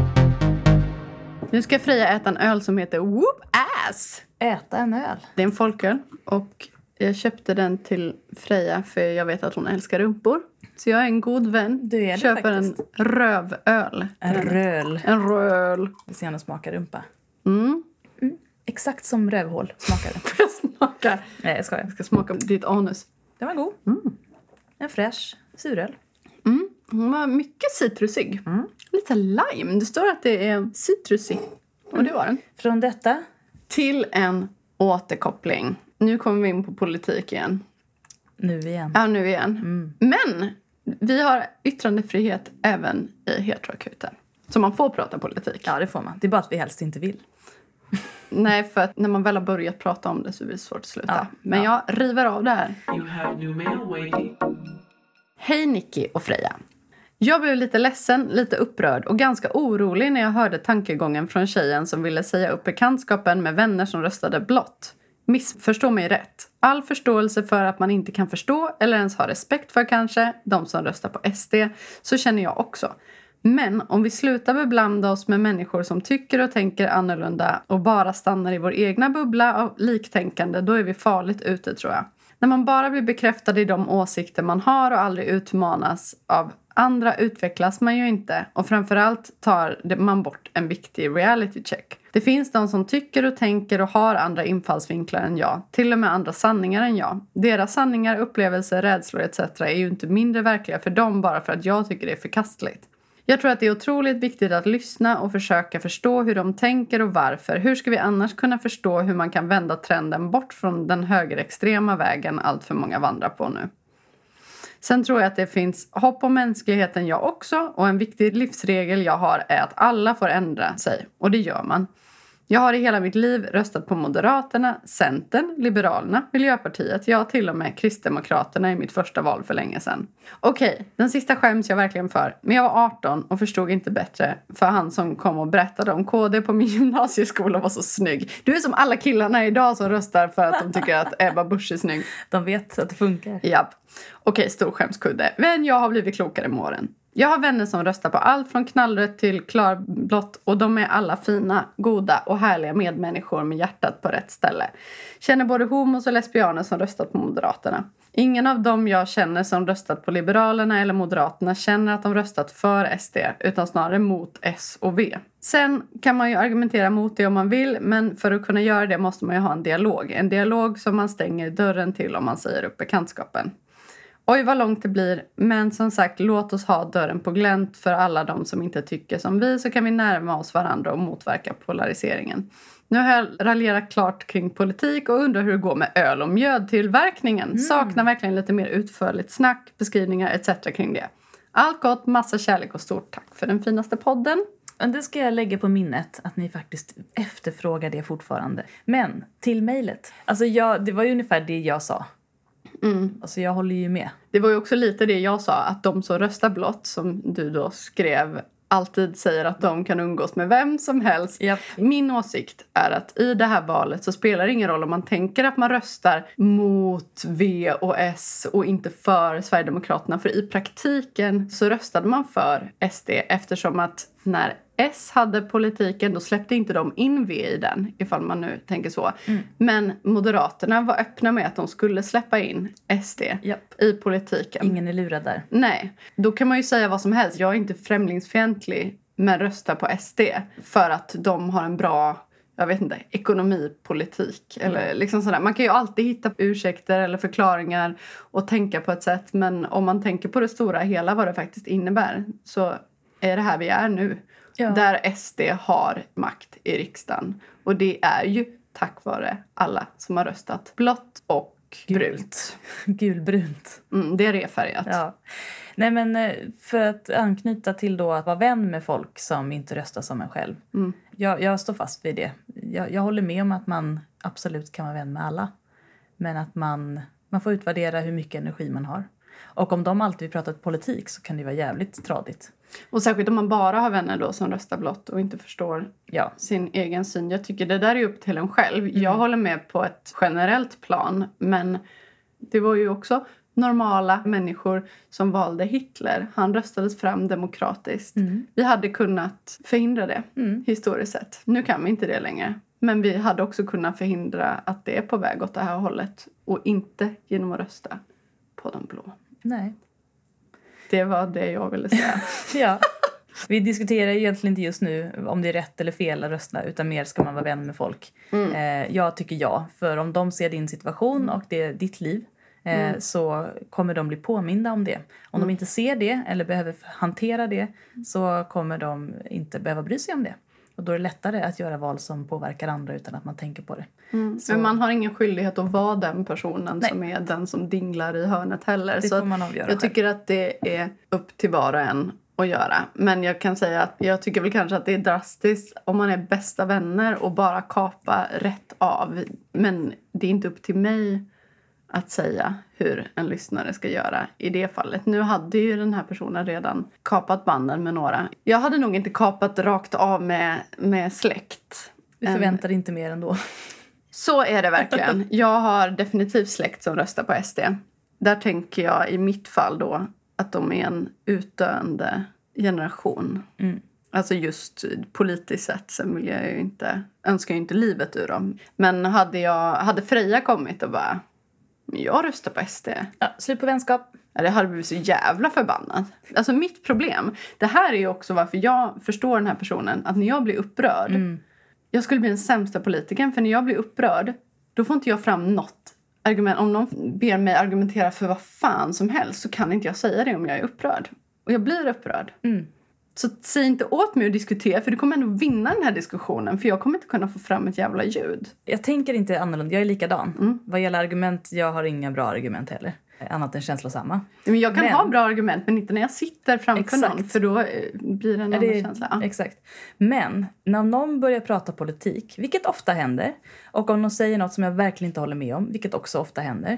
Nu ska Freja äta en öl som heter Whoop Ass. Äta en öl. Det är en folköl och jag köpte den till Freja för jag vet att hon älskar rumpor. Så jag är en god vän. Du är det köper faktiskt. en rövöl. En röl. En röl. Vi ser henne smaka rumpa. Mm. Exakt som rövhål smakade. Får jag smaka? Nej, jag skojar. Jag ska smaka ditt anus. Den var god. En fräsch suröl. Den var mycket citrusig. Lite lime. Det står att det är citrusig. Och det var den. Från detta. Till en återkoppling. Nu kommer vi in på politik igen. Nu igen. Ja, nu igen. Men vi har yttrandefrihet även i Heteroakuten. Så man får prata politik. Ja, det får man. Det är bara att vi helst inte vill. Nej, för att när man väl har börjat prata om det så blir det svårt att sluta. Ja, Men jag river av det här. You have new mail waiting. Hej Nicky och Freja. Jag blev lite ledsen, lite upprörd och ganska orolig när jag hörde tankegången från tjejen som ville säga upp bekantskapen med vänner som röstade blått. Missförstå mig rätt. All förståelse för att man inte kan förstå eller ens ha respekt för kanske de som röstar på SD, så känner jag också. Men om vi slutar beblanda oss med människor som tycker och tänker annorlunda och bara stannar i vår egna bubbla av liktänkande, då är vi farligt ute tror jag. När man bara blir bekräftad i de åsikter man har och aldrig utmanas av andra utvecklas man ju inte. Och framförallt tar man bort en viktig reality check. Det finns de som tycker och tänker och har andra infallsvinklar än jag. Till och med andra sanningar än jag. Deras sanningar, upplevelser, rädslor etc. är ju inte mindre verkliga för dem bara för att jag tycker det är förkastligt. Jag tror att det är otroligt viktigt att lyssna och försöka förstå hur de tänker och varför. Hur ska vi annars kunna förstå hur man kan vända trenden bort från den högerextrema vägen allt för många vandrar på nu? Sen tror jag att det finns hopp om mänskligheten jag också. Och en viktig livsregel jag har är att alla får ändra sig. Och det gör man. Jag har i hela mitt liv röstat på Moderaterna, Centern, Liberalerna, Miljöpartiet. Ja, till och med Kristdemokraterna i mitt första val för länge sedan. Okej, den sista skäms jag verkligen för. Men jag var 18 och förstod inte bättre för han som kom och berättade om KD på min gymnasieskola var så snygg. Du är som alla killarna idag som röstar för att de tycker att Ebba Busch är snygg. De vet att det funkar. Japp. Okej, stor skämskudde. Men jag har blivit klokare med åren. Jag har vänner som röstar på allt från knallrött till klarblått och de är alla fina, goda och härliga medmänniskor med hjärtat på rätt ställe. Känner både homos och lesbianer som röstat på Moderaterna. Ingen av dem jag känner som röstat på Liberalerna eller Moderaterna känner att de röstat för SD utan snarare mot S och V. Sen kan man ju argumentera mot det om man vill, men för att kunna göra det måste man ju ha en dialog. En dialog som man stänger dörren till om man säger upp bekantskapen. Oj vad långt det blir, men som sagt låt oss ha dörren på glänt för alla de som inte tycker som vi så kan vi närma oss varandra och motverka polariseringen. Nu har jag raljerat klart kring politik och undrar hur det går med öl- och mjödtillverkningen. Saknar verkligen lite mer utförligt snack, beskrivningar etc. kring det. Allt gott, massa kärlek och stort tack för den finaste podden. Det ska jag lägga på minnet att ni faktiskt efterfrågar det fortfarande. Men till mejlet. Alltså det var ju ungefär det jag sa. Alltså jag håller ju med. Det var ju också lite det jag sa, att de som röstar blått, som du då skrev, alltid säger att de kan umgås med vem som helst. Japp. Min åsikt är att i det här valet så spelar det ingen roll om man tänker att man röstar mot V och S och inte för Sverigedemokraterna. För i praktiken så röstade man för SD eftersom att när S hade politiken, då släppte inte de in V i den, ifall man nu tänker så. Men Moderaterna var öppna med att de skulle släppa in SD i politiken. Ingen är lurad där. Nej, då kan man ju säga vad som helst. Jag är inte främlingsfientlig men röstar på SD för att de har en bra jag vet inte, ekonomipolitik eller liksom sådär. Man kan ju alltid hitta ursäkter eller förklaringar och tänka på ett sätt. Men om man tänker på det stora hela, vad det faktiskt innebär, så är det här vi är nu. Ja. Där SD har makt i riksdagen. Och det är ju tack vare alla som har röstat blått och brunt. Gulbrunt. Det är refärgat. Ja. Nej, men för att anknyta till då att vara vän med folk som inte röstar som en själv. Jag står fast vid det. Jag håller med om att man absolut kan vara vän med alla. Men att man får utvärdera hur mycket energi man har. Och om de alltid pratat politik så kan det vara jävligt tradigt. Och särskilt om man bara har vänner då som röstar blått och inte förstår sin egen syn. Jag tycker det där är upp till en själv. Jag håller med på ett generellt plan. Men det var ju också normala människor som valde Hitler. Han röstades fram demokratiskt. Vi hade kunnat förhindra det historiskt sett. Nu kan vi inte det längre. Men vi hade också kunnat förhindra att det är på väg åt det här hållet. Och inte genom att rösta på de blå. Nej. Det var det jag ville säga. Ja. Vi diskuterar ju egentligen inte just nu om det är rätt eller fel att rösta. Utan mer ska man vara vän med folk. Jag tycker ja. För om de ser din situation och det är ditt liv. Så kommer de bli påminda om det. Om de inte ser det eller behöver hantera det. Så kommer de inte behöva bry sig om det. Och då är det lättare att göra val som påverkar andra utan att man tänker på det. Men man har ingen skyldighet att vara den personen som är den som dinglar i hörnet heller. Det får man avgöra jag tycker att det är upp till var och en att göra. Men jag kan säga att jag tycker väl kanske att det är drastiskt om man är bästa vänner och bara kapa rätt av. Men det är inte upp till mig att säga hur en lyssnare ska göra i det fallet. Nu hade ju den här personen redan kapat banden med några. Jag hade nog inte kapat rakt av med släkt. Vi förväntar inte mer ändå. Så är det verkligen. Jag har definitivt släkt som röstar på SD. Där tänker jag i mitt fall då att de är en utdöende generation. Alltså just politiskt sett. Sen vill jag ju önskar ju inte livet ur dem. Men hade Freja kommit och bara... Jag röstar på SD. Ja, slut på vänskap. Ja, det hade blivit så jävla förbannat. Alltså mitt problem. Det här är ju också varför jag förstår den här personen. Att när jag blir upprörd. Jag skulle bli den sämsta politikern. För när jag blir upprörd. Då får inte jag fram något argument. Om någon ber mig argumentera för vad fan som helst. Så kan inte jag säga det om jag är upprörd. Och jag blir upprörd. Så säg inte åt mig att diskutera. För du kommer ändå vinna den här diskussionen. För jag kommer inte kunna få fram ett jävla ljud. Jag tänker inte annorlunda. Jag är likadan. Vad gäller argument, jag har inga bra argument heller. Annat än känslosamma. Men jag kan ha bra argument. Men inte när jag sitter framför någon. För då blir det en annan känsla. Ja. Exakt. Men när någon börjar prata politik. Vilket ofta händer. Och om någon säger något som jag verkligen inte håller med om. Vilket också ofta händer.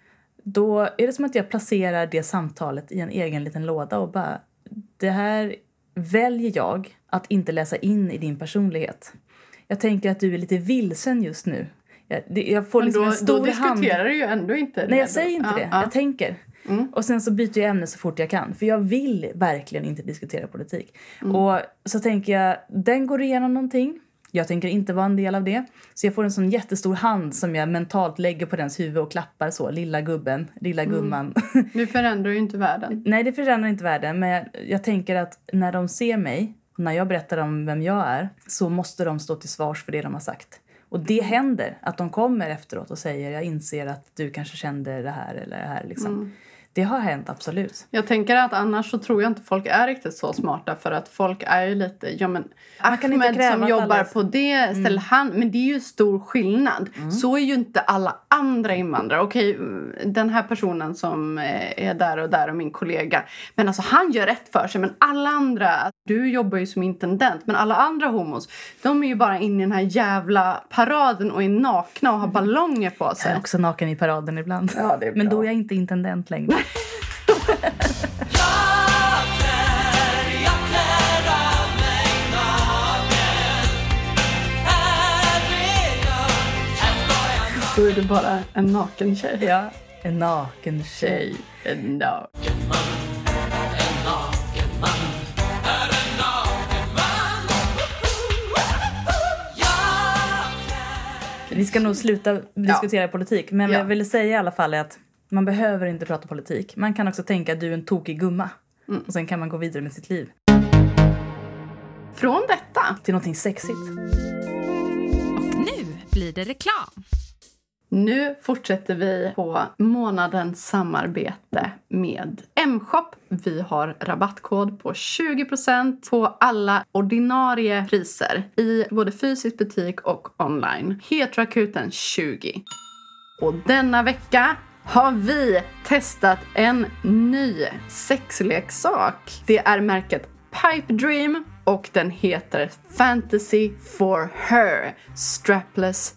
Då är det som att jag placerar det samtalet i en egen liten låda. Och bara, det här... väljer jag att inte läsa in i din personlighet. Jag tänker att du är lite vilsen just nu. Jag får liksom en stor då diskuterar du ju ändå inte. Nej, jag säger inte det. Jag tänker. Och sen så byter jag ämne så fort jag kan. För jag vill verkligen inte diskutera politik. Och så tänker jag, den går igenom någonting. Jag tänker inte vara en del av det. Så jag får en sån jättestor hand som jag mentalt lägger på dens huvud och klappar så. Lilla gubben, lilla gumman. Det förändrar ju inte världen. Nej, det förändrar inte världen. Men jag tänker att när de ser mig, när jag berättar om vem jag är, så måste de stå till svars för det de har sagt. Och det händer att de kommer efteråt och säger, jag inser att du kanske kände det här eller det här liksom. Det har hänt, absolut. Jag tänker att annars så tror jag inte folk är riktigt så smarta. För att folk är ju lite... Ja, men Ahmed som jobbar på det stället, men det är ju stor skillnad. Så är ju inte alla andra invandrare. Okej, den här personen som är där och min kollega. Men alltså han gör rätt för sig. Men alla andra... Du jobbar ju som intendent. Men alla andra homos, de är ju bara inne i den här jävla paraden och är nakna och har ballonger på sig. Jag är också naken i paraden ibland. Ja, det är bra. Men då är jag inte intendent längre. Då är du bara en naken tjej. Ja, en naken tjej. En naken man. En naken man. Är en naken man. Vi ska nog sluta diskutera politik. Men vad jag ville säga i alla fall är att man behöver inte prata politik. Man kan också tänka att du är en tokig gumma. Och sen kan man gå vidare med sitt liv. Från detta till någonting sexigt. blir det reklam. Nu fortsätter vi på månadens samarbete med M-shop. Vi har rabattkod på 20% på alla ordinarie priser i både fysisk butik och online. Heteroakuten 20. Och denna vecka har vi testat en ny sexleksak. Det är märket Pipe Dream och den heter Fantasy for Her Strapless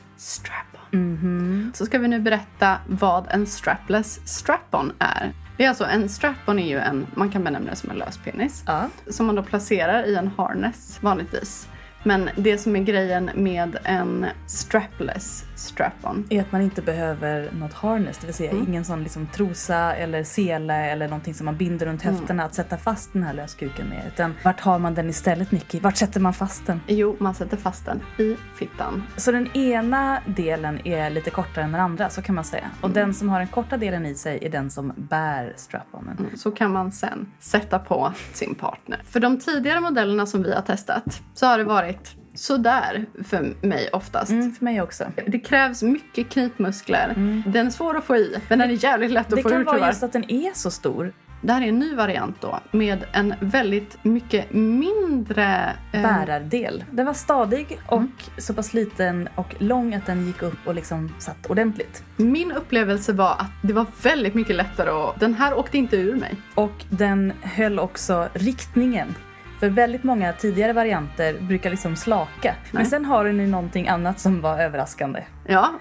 Strap-on. Så ska vi nu berätta vad en strapless strap-on är. Det är alltså en strap-on är ju man kan benämna det som en lös penis. Som man då placerar i en harness vanligtvis. Men det som är grejen med en strapless strap-on är att man inte behöver något harness, det vill säga ingen sån liksom trosa eller sele eller någonting som man binder runt höfterna att sätta fast den här löskuken med. Utan vart har man den istället, Nicky? Vart sätter man fast den? Jo, man sätter fast den i fittan. Så den ena delen är lite kortare än den andra, så kan man säga. Och den som har den korta delen i sig är den som bär strap-onen. Så kan man sen sätta på sin partner. För de tidigare modellerna som vi har testat så har det varit sådär för mig oftast. För mig också. Det krävs mycket knipmuskler. Den är svår att få i, men den är jävligt lätt att få ur. Det kan vara just att den är så stor. Det här är en ny variant då, med en väldigt mycket mindre bärardel. Den var stadig och så pass liten och lång att den gick upp och liksom satt ordentligt. Min upplevelse var att det var väldigt mycket lättare och den här åkte inte ur mig. Och den höll också riktningen. För väldigt många tidigare varianter brukar liksom slaka. Men sen har den ju någonting annat som var överraskande. Ja,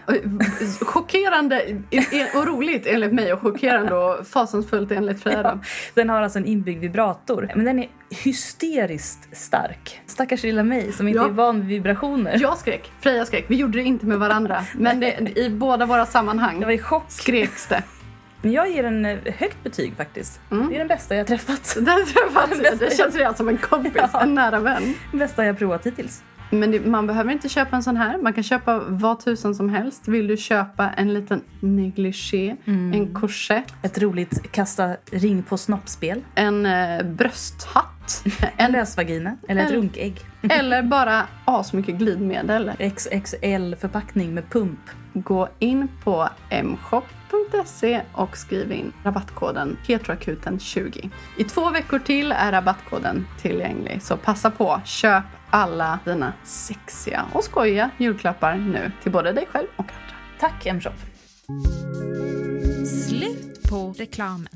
chockerande och roligt enligt mig och chockerande och fasansfullt enligt Freja. Ja, den har alltså en inbyggd vibrator. Men den är hysteriskt stark. Stackars lilla mig som inte är van vid vibrationer. Jag skrek, Freja skrek. Vi gjorde det inte med varandra. Men i båda våra sammanhang det var i chock. Skreks det. Men jag ger en högt betyg faktiskt. Det är den bästa jag träffat. Det känns redan som en kompis, en nära vän. Den bästa jag provat hittills. Men man behöver inte köpa en sån här. Man kan köpa vad tusen som helst. Vill du köpa en liten negligé, en korsett. Ett roligt kasta ring på snoppspel. En brösthatt. En lösvagina. Eller ett runkägg. Eller bara så mycket glidmedel. XXL-förpackning med pump. Gå in på mshop.se och skriv in rabattkoden heteroakuten20. I 2 veckor till är rabattkoden tillgänglig. Så passa på, köp alla dina sexiga och skojiga julklappar nu till både dig själv och andra. Tack M-shop. Slut på reklamen.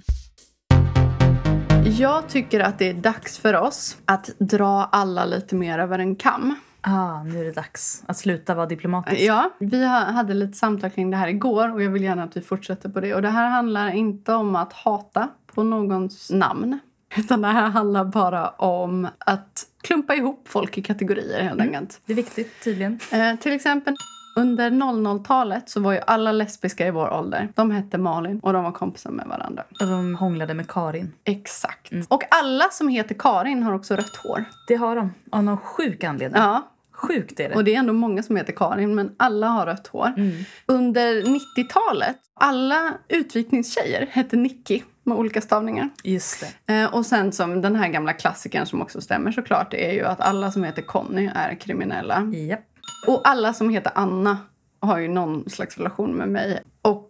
Jag tycker att det är dags för oss att dra alla lite mer över en kam. Nu är det dags att sluta vara diplomatisk. Ja, vi hade lite samtal kring det här igår och jag vill gärna att vi fortsätter på det. Och det här handlar inte om att hata på någons namn. Utan det här handlar bara om att klumpa ihop folk i kategorier helt enkelt. Det är viktigt tydligen. Till exempel under 00-talet så var ju alla lesbiska i vår ålder. De hette Malin och de var kompisar med varandra. Och de hånglade med Karin. Exakt. Och alla som heter Karin har också rött hår. Det har de. Av någon sjuk anledning. Ja. Sjukt är det. Och det är ändå många som heter Karin, men alla har rött hår. Under 90-talet, alla utvikningstjejer hette Nicky med olika stavningar. Just det. Och sen som den här gamla klassikern som också stämmer såklart, det är ju att alla som heter Conny är kriminella. Japp. Och alla som heter Anna har ju någon slags relation med mig. Och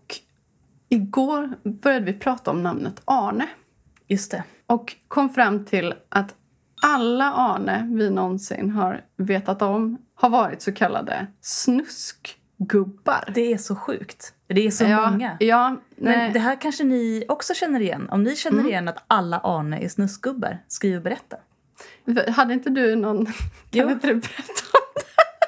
igår började vi prata om namnet Arne. Just det. Och kom fram till att alla Arne vi någonsin har vetat om har varit så kallade snuskgubbar. Det är så sjukt. Det är så många. Ja, men det här kanske ni också känner igen. Om ni känner igen att alla Arne är snuskgubbar, skriv och berätta. Hade inte du någon... Kan inte du berätta om det?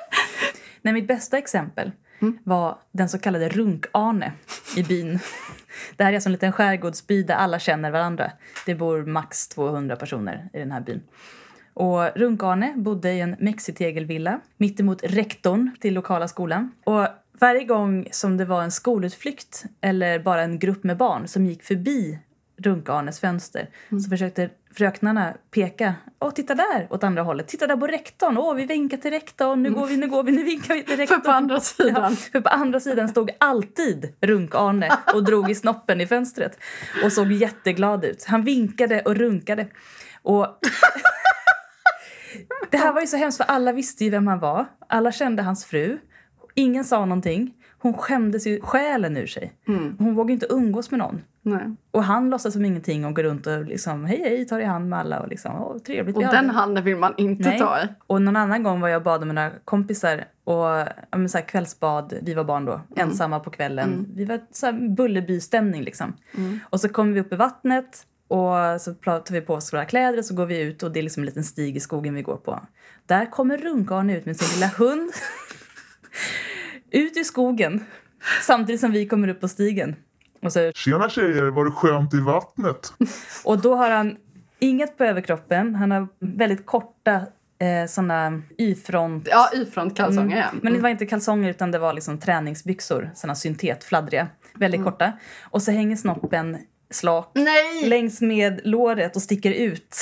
Nej, mitt bästa exempel var den så kallade Runk-Arne i byn. Det här är alltså en liten skärgårdsby där alla känner varandra. Det bor max 200 personer i den här byn. Och Runk-Arne bodde i en mexitegelvilla mitt emot rektorn till lokala skolan. Och varje gång som det var en skolutflykt eller bara en grupp med barn som gick förbi Runk-Arnes fönster så försökte fröknarna peka. Titta där åt andra hållet. Titta där på rektorn. Vi vinkar till rektorn. Nu vinkar vi till rektorn. För på andra sidan. Ja, för på andra sidan stod alltid Runk-Arne och drog i snoppen i fönstret. Och såg jätteglad ut. Han vinkade och runkade. Och det här var ju så hemskt för alla visste ju vem han var. Alla kände hans fru. Ingen sa någonting. Hon skämdes ju själen ur sig. Hon vågade inte umgås med någon. Nej. Och han låtsas som ingenting och går runt och liksom, hej, tar i hand med alla och liksom, trevligt. Och den handen vill man inte ta i. Och någon annan gång var jag och badade med några kompisar och så här, kvällsbad, vi var barn då, ensamma på kvällen. Vi var så här Bullerby-stämning liksom. Och så kommer vi upp i vattnet och så tar vi på oss våra kläder och så går vi ut och det är liksom en liten stig i skogen vi går på. Där kommer Runkarne ut med sin lilla hund ut i skogen samtidigt som vi kommer upp på stigen. Och så, Tjena tjejer, var det skönt i vattnet? och då har han inget på överkroppen. Han har väldigt korta såna Y-front. Ja, Y-front-kalsonger, ja. Men det var inte kalsonger utan det var liksom träningsbyxor. Såna syntetfladdriga. Väldigt korta. Och så hänger snoppen slak längs med låret och sticker ut.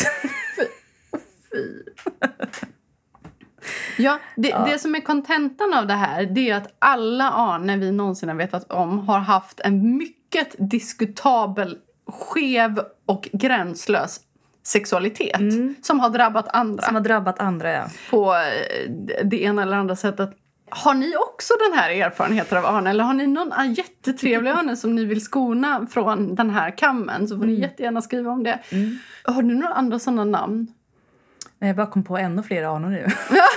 Ja, det som är kontentan av det här, det är att alla Arne vi någonsin har vetat om har haft en mycket diskutabel, skev och gränslös sexualitet som har drabbat andra. Som har drabbat andra, ja. På det ena eller andra sättet. Har ni också den här erfarenheten av Arne? Eller har ni någon jättetrevlig Arne som ni vill skona från den här kammen? Så får ni jättegärna skriva om det. Har du några andra sådana namn? Jag bara kom på ännu fler Arne nu.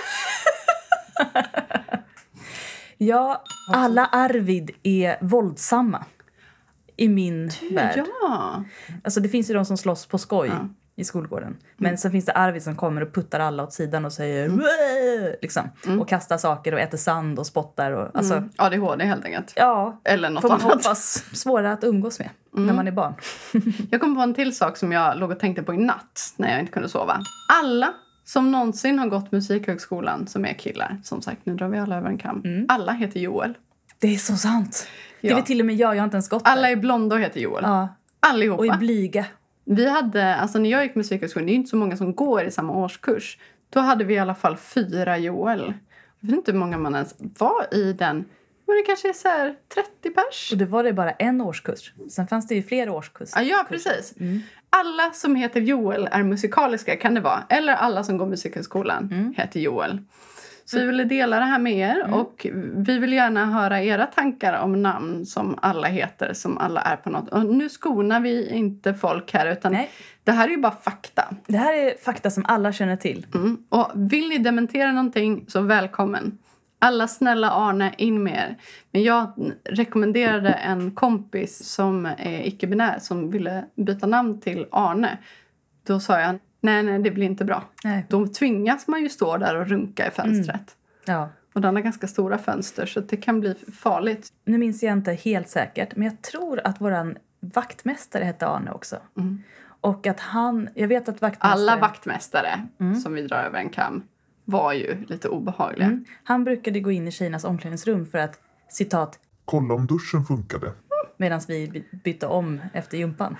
Ja, alla Arvid är våldsamma i min värld. Ja. Alltså det finns ju de som slåss på skoj i skolgården. Men sen finns det Arvid som kommer och puttar alla åt sidan och säger liksom. Och kastar saker och äter sand och spottar. Och, alltså, ADHD helt enkelt. ja, Eller något får man annat. hoppas svåra att umgås med när man är barn. Jag kom på en till sak som jag låg och tänkte på i natt när jag inte kunde sova. Alla som någonsin har gått musikhögskolan som är killar, som sagt, nu drar vi alla över en kam. Alla heter Joel. Det är så sant. Det Ja. är till och med jag har inte ens gått Alla där. är blonda och heter Joel. Ja. Allihopa. Och är blyga. Vi hade, alltså när jag gick musikhögskolan, det är inte så många som går i samma årskurs. Då hade vi i alla fall 4 Joel. Jag vet inte hur många man ens var i den. Men det kanske är så här 30 pers. Och det var det bara en årskurs. Sen fanns det ju fler årskurser. Ja, precis. Alla som heter Joel är musikaliska, kan det vara. Eller alla som går musikhögskolan heter Joel. Så vi ville dela det här med er. Och vi vill gärna höra era tankar om namn som alla heter. Som alla är på något. Och nu skonar vi inte folk här. Utan det här är ju bara fakta. Det här är fakta som alla känner till. Och vill ni dementera någonting så välkommen. Alla snälla Arne, in med er. Men jag rekommenderade en kompis som är icke-binär som ville byta namn till Arne. Då sa jag, nej, det blir inte bra. Nej. Då tvingas man ju stå där och runka i fönstret. Ja. Och den har ganska stora fönster så det kan bli farligt. Nu minns jag inte helt säkert. Men jag tror att våran vaktmästare hette Arne också. Och att han, jag vet att vaktmästare... Alla vaktmästare som vi drar över en kam var ju lite obehagliga. Han brukade gå in i tjejernas omklädningsrum för att, citat, Kolla om duschen funkade. medan vi bytte om efter gympan.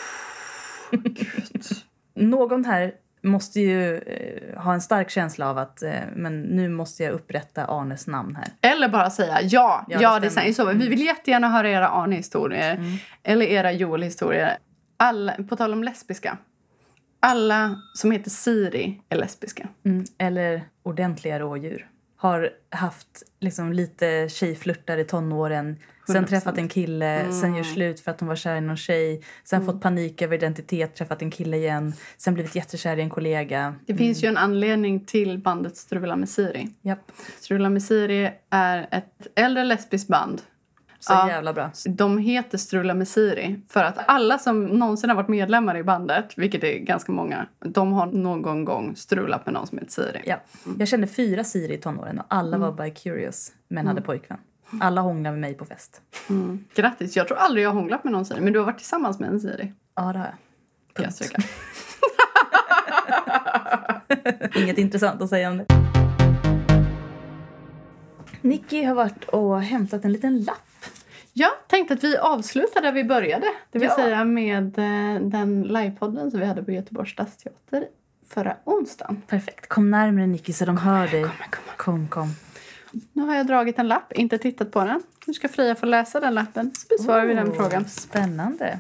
Någon här måste ju ha en stark känsla av att men nu måste jag upprätta Arnes namn här. Eller bara säga ja det stämmer. är så. Vi vill jättegärna höra era Arne-historier. Eller era Joel-historier. På tal om lesbiska. Alla som heter Siri är lesbiska. Eller ordentliga rådjur. Har haft liksom lite tjejflörtar i tonåren. Sen 100%. träffat en kille. Sen gör slut för att hon var kär i någon tjej. Sen fått panik över identitet. Träffat en kille igen. Sen blivit jättekär i en kollega. Det finns ju en anledning till bandet Strula med Siri. Japp. Strula med Siri är ett äldre lesbiskt band. Så Ja. jävla bra. De heter Strula med Siri för att alla som någonsin har varit medlemmar i bandet, vilket är ganska många, de har någon gång strulat med någon som heter Siri. Ja. Jag kände 4 Siri i tonåren och alla var bi-curious men hade pojkvän. Alla hånglade med mig på fest. Grattis, jag tror aldrig jag har hånglat med någon Siri, men du har varit tillsammans med en Siri. Ja, det har jag. Kan jag stryka. Inget intressant att säga om det. Nicky har varit och hämtat en liten lapp. Jag tänkte att vi avslutar där vi började. Det vill Ja. säga med den livepodden som vi hade på Göteborgs stadsteater förra onsdagen. Perfekt. Kom närmare Nicky så de hör dig. Kom. Nu har jag dragit en lapp, inte tittat på den. Nu ska Freja få läsa den lappen. Så besvarar vi den frågan. Spännande.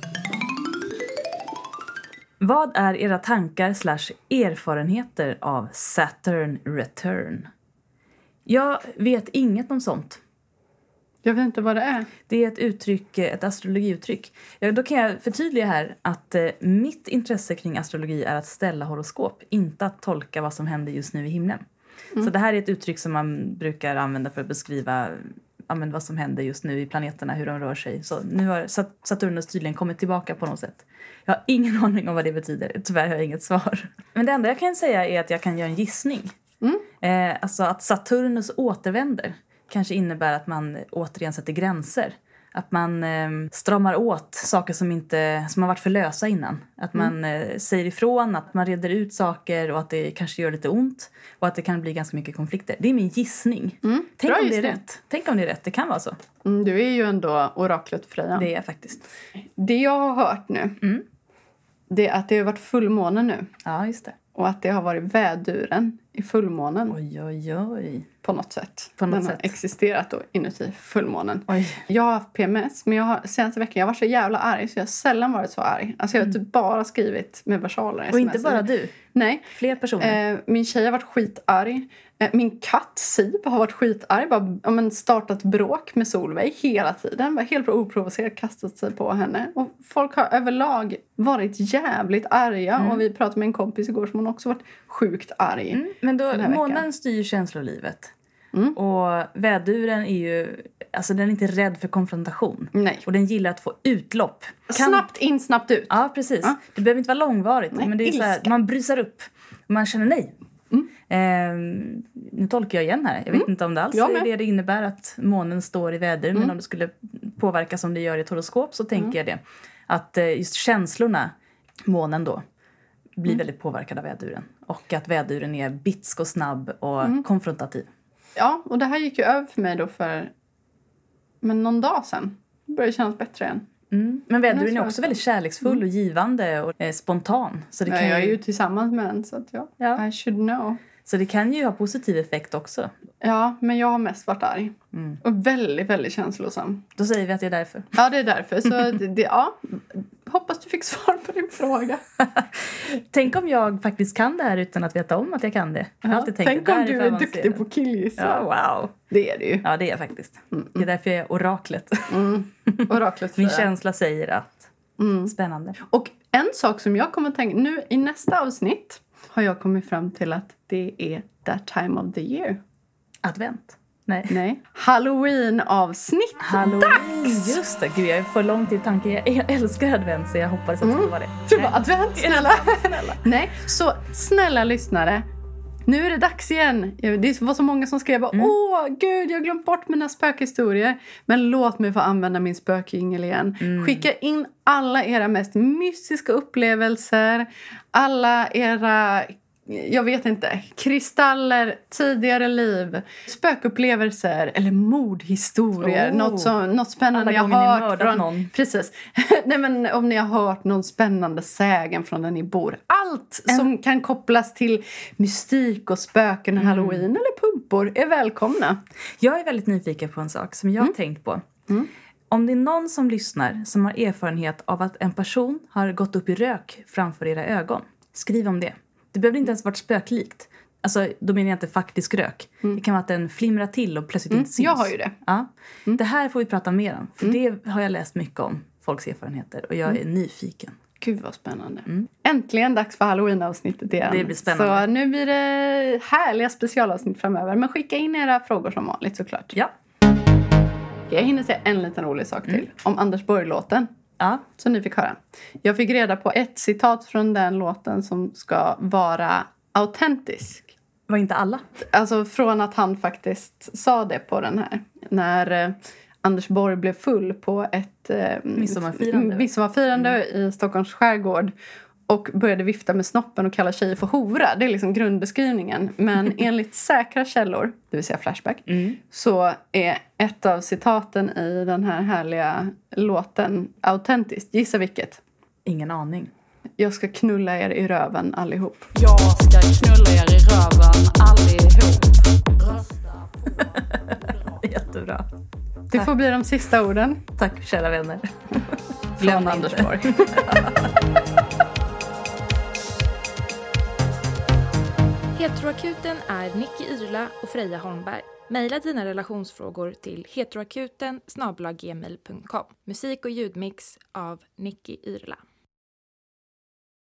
Vad är era tankar / erfarenheter av Saturn Return? Jag vet inget om sånt. Jag vet inte vad det är. Det är ett uttryck, ett astrologiuttryck. Ja, då kan jag förtydliga här att mitt intresse kring astrologi är att ställa horoskop. Inte att tolka vad som händer just nu i himlen. Så det här är ett uttryck som man brukar använda för att beskriva vad som händer just nu i planeterna, hur de rör sig. Så nu har Saturnus tydligen kommit tillbaka på något sätt. Jag har ingen aning om vad det betyder. Tyvärr har jag inget svar. Men det enda jag kan säga är att jag kan göra en gissning. Alltså att Saturnus återvänder kanske innebär att man återigen sätter gränser. Att man stramar åt saker som har varit för lösa innan. Att man säger ifrån, att man reder ut saker och att det kanske gör lite ont. Och att det kan bli ganska mycket konflikter. Det är min gissning. Tänk om det är rätt. Tänk om det är rätt. Det kan vara så. Du är ju ändå oraklet Freja. Det är jag faktiskt. Det jag har hört nu, det är att det har varit fullmåne nu. Ja, just det. Och att det har varit väduren i fullmånen. Oj. På något sätt. På något Den sätt. har existerat då inuti fullmånen. Oj. Jag har haft PMS, men senaste veckan jag var så jävla arg så jag har sällan varit så arg. Alltså jag har typ bara skrivit med versaler. Och inte bara du. Nej. Fler personer. Min tjej har varit skitarg. Min katt Siv har varit skitarg. Bara startat bråk med Solveig hela tiden. Var helt oprovocerat kastat sig på henne. Och folk har överlag varit jävligt arga. Och vi pratade med en kompis igår som hon också varit sjukt arg. Men då, månen styr känslolivet. Och väduren är ju, alltså den är inte rädd för konfrontation. Nej. Och den gillar att få utlopp. Snabbt in, snabbt ut. Ja, precis. Ja. Det behöver inte vara långvarigt. Nej, men det är så här, man brysar upp. Man känner nej. Nu tolkar jag igen här. Jag vet inte om det alls är det innebär att månen står i väder. Men om det skulle påverka som det gör i ett horoskop så tänker jag det. Att just känslorna, månen då, blir väldigt påverkad av väduren. Och att väduren är bitsk och snabb och konfrontativ. Ja, och det här gick ju över för mig då för någon dag sedan. Det började kännas bättre igen. Men väduren är också väldigt kärleksfull och givande och spontan. Så det kan jag är ju tillsammans med en så att I should know. Så det kan ju ha positiv effekt också. Ja, men jag har mest varit arg. Och väldigt, väldigt känslosam. Då säger vi att det är därför. Ja, det är därför. Så hoppas du fick svar på din fråga. Tänk om jag faktiskt kan det här utan att veta om att jag kan det. Jag har alltid tänkt, tänk om du är duktig på killgissa. Ja, wow. Det är det ju. Ja, det är jag faktiskt. Det är därför jag är oraklet. Oraklet. Min känsla säger att spännande. Och en sak som jag kommer att tänka nu i nästa avsnitt har jag kommit fram till att det är that time of the year. Advent? Nej. Halloween-avsnitt. Halloween, just det. Gud, jag får långt i tanken. Jag älskar advent så jag hoppades att det skulle vara det. Du bara, advent, snälla. Nej, så snälla lyssnare. Nu är det dags igen. Det var så många som skrev åh gud, jag har glömt bort mina spökhistorier. Men låt mig få använda min spökjingel igen. Skicka in alla era mest mystiska upplevelser. Alla era, jag vet inte, kristaller, tidigare liv, spökupplevelser eller mordhistorier. Något spännande jag har hört från någon. Precis. Nej, men om ni har hört någon spännande sägen från där ni bor. Allt som kan kopplas till mystik och spöken och Halloween eller pumpor är välkomna. Jag är väldigt nyfiken på en sak som jag har tänkt på. Om det är någon som lyssnar som har erfarenhet av att en person har gått upp i rök framför era ögon. Skriv om det. Det behöver inte ens vara spöklikt. Alltså, då menar jag inte faktisk rök. Det kan vara att den flimrar till och plötsligt inte syns. Jag har ju det. Ja. Det här får vi prata mer om. För det har jag läst mycket om. Folks erfarenheter. Och jag är nyfiken. Gud vad spännande. Äntligen dags för Halloween-avsnittet igen. Det blir spännande. Så nu blir det härliga specialavsnitt framöver. Men skicka in era frågor som vanligt såklart. Ja. Jag hinner säga en liten rolig sak till. Om Anders Borg-låten. Ja. Som ni fick höra. Jag fick reda på ett citat från den låten som ska vara autentisk. Var inte alla? Alltså från att han faktiskt sa det på den här. När Anders Borg blev full på ett midsommarfirande i Stockholms skärgård. Och började vifta med snoppen och kalla tjejer för hora. Det är liksom grundbeskrivningen. Men enligt säkra källor, det vill säga Flashback. Så är ett av citaten i den här härliga låten autentiskt. Gissa vilket? Ingen aning. Jag ska knulla er i röven allihop. Jag ska knulla er i röven allihop. Jättebra. Det får bli de sista orden. Tack kära vänner. Glöm Anders Borg. Heteroakuten är Nicky Irla och Freja Holmberg. Maila dina relationsfrågor till heteroakuten@gmail.com. Musik och ljudmix av Nicky Irla.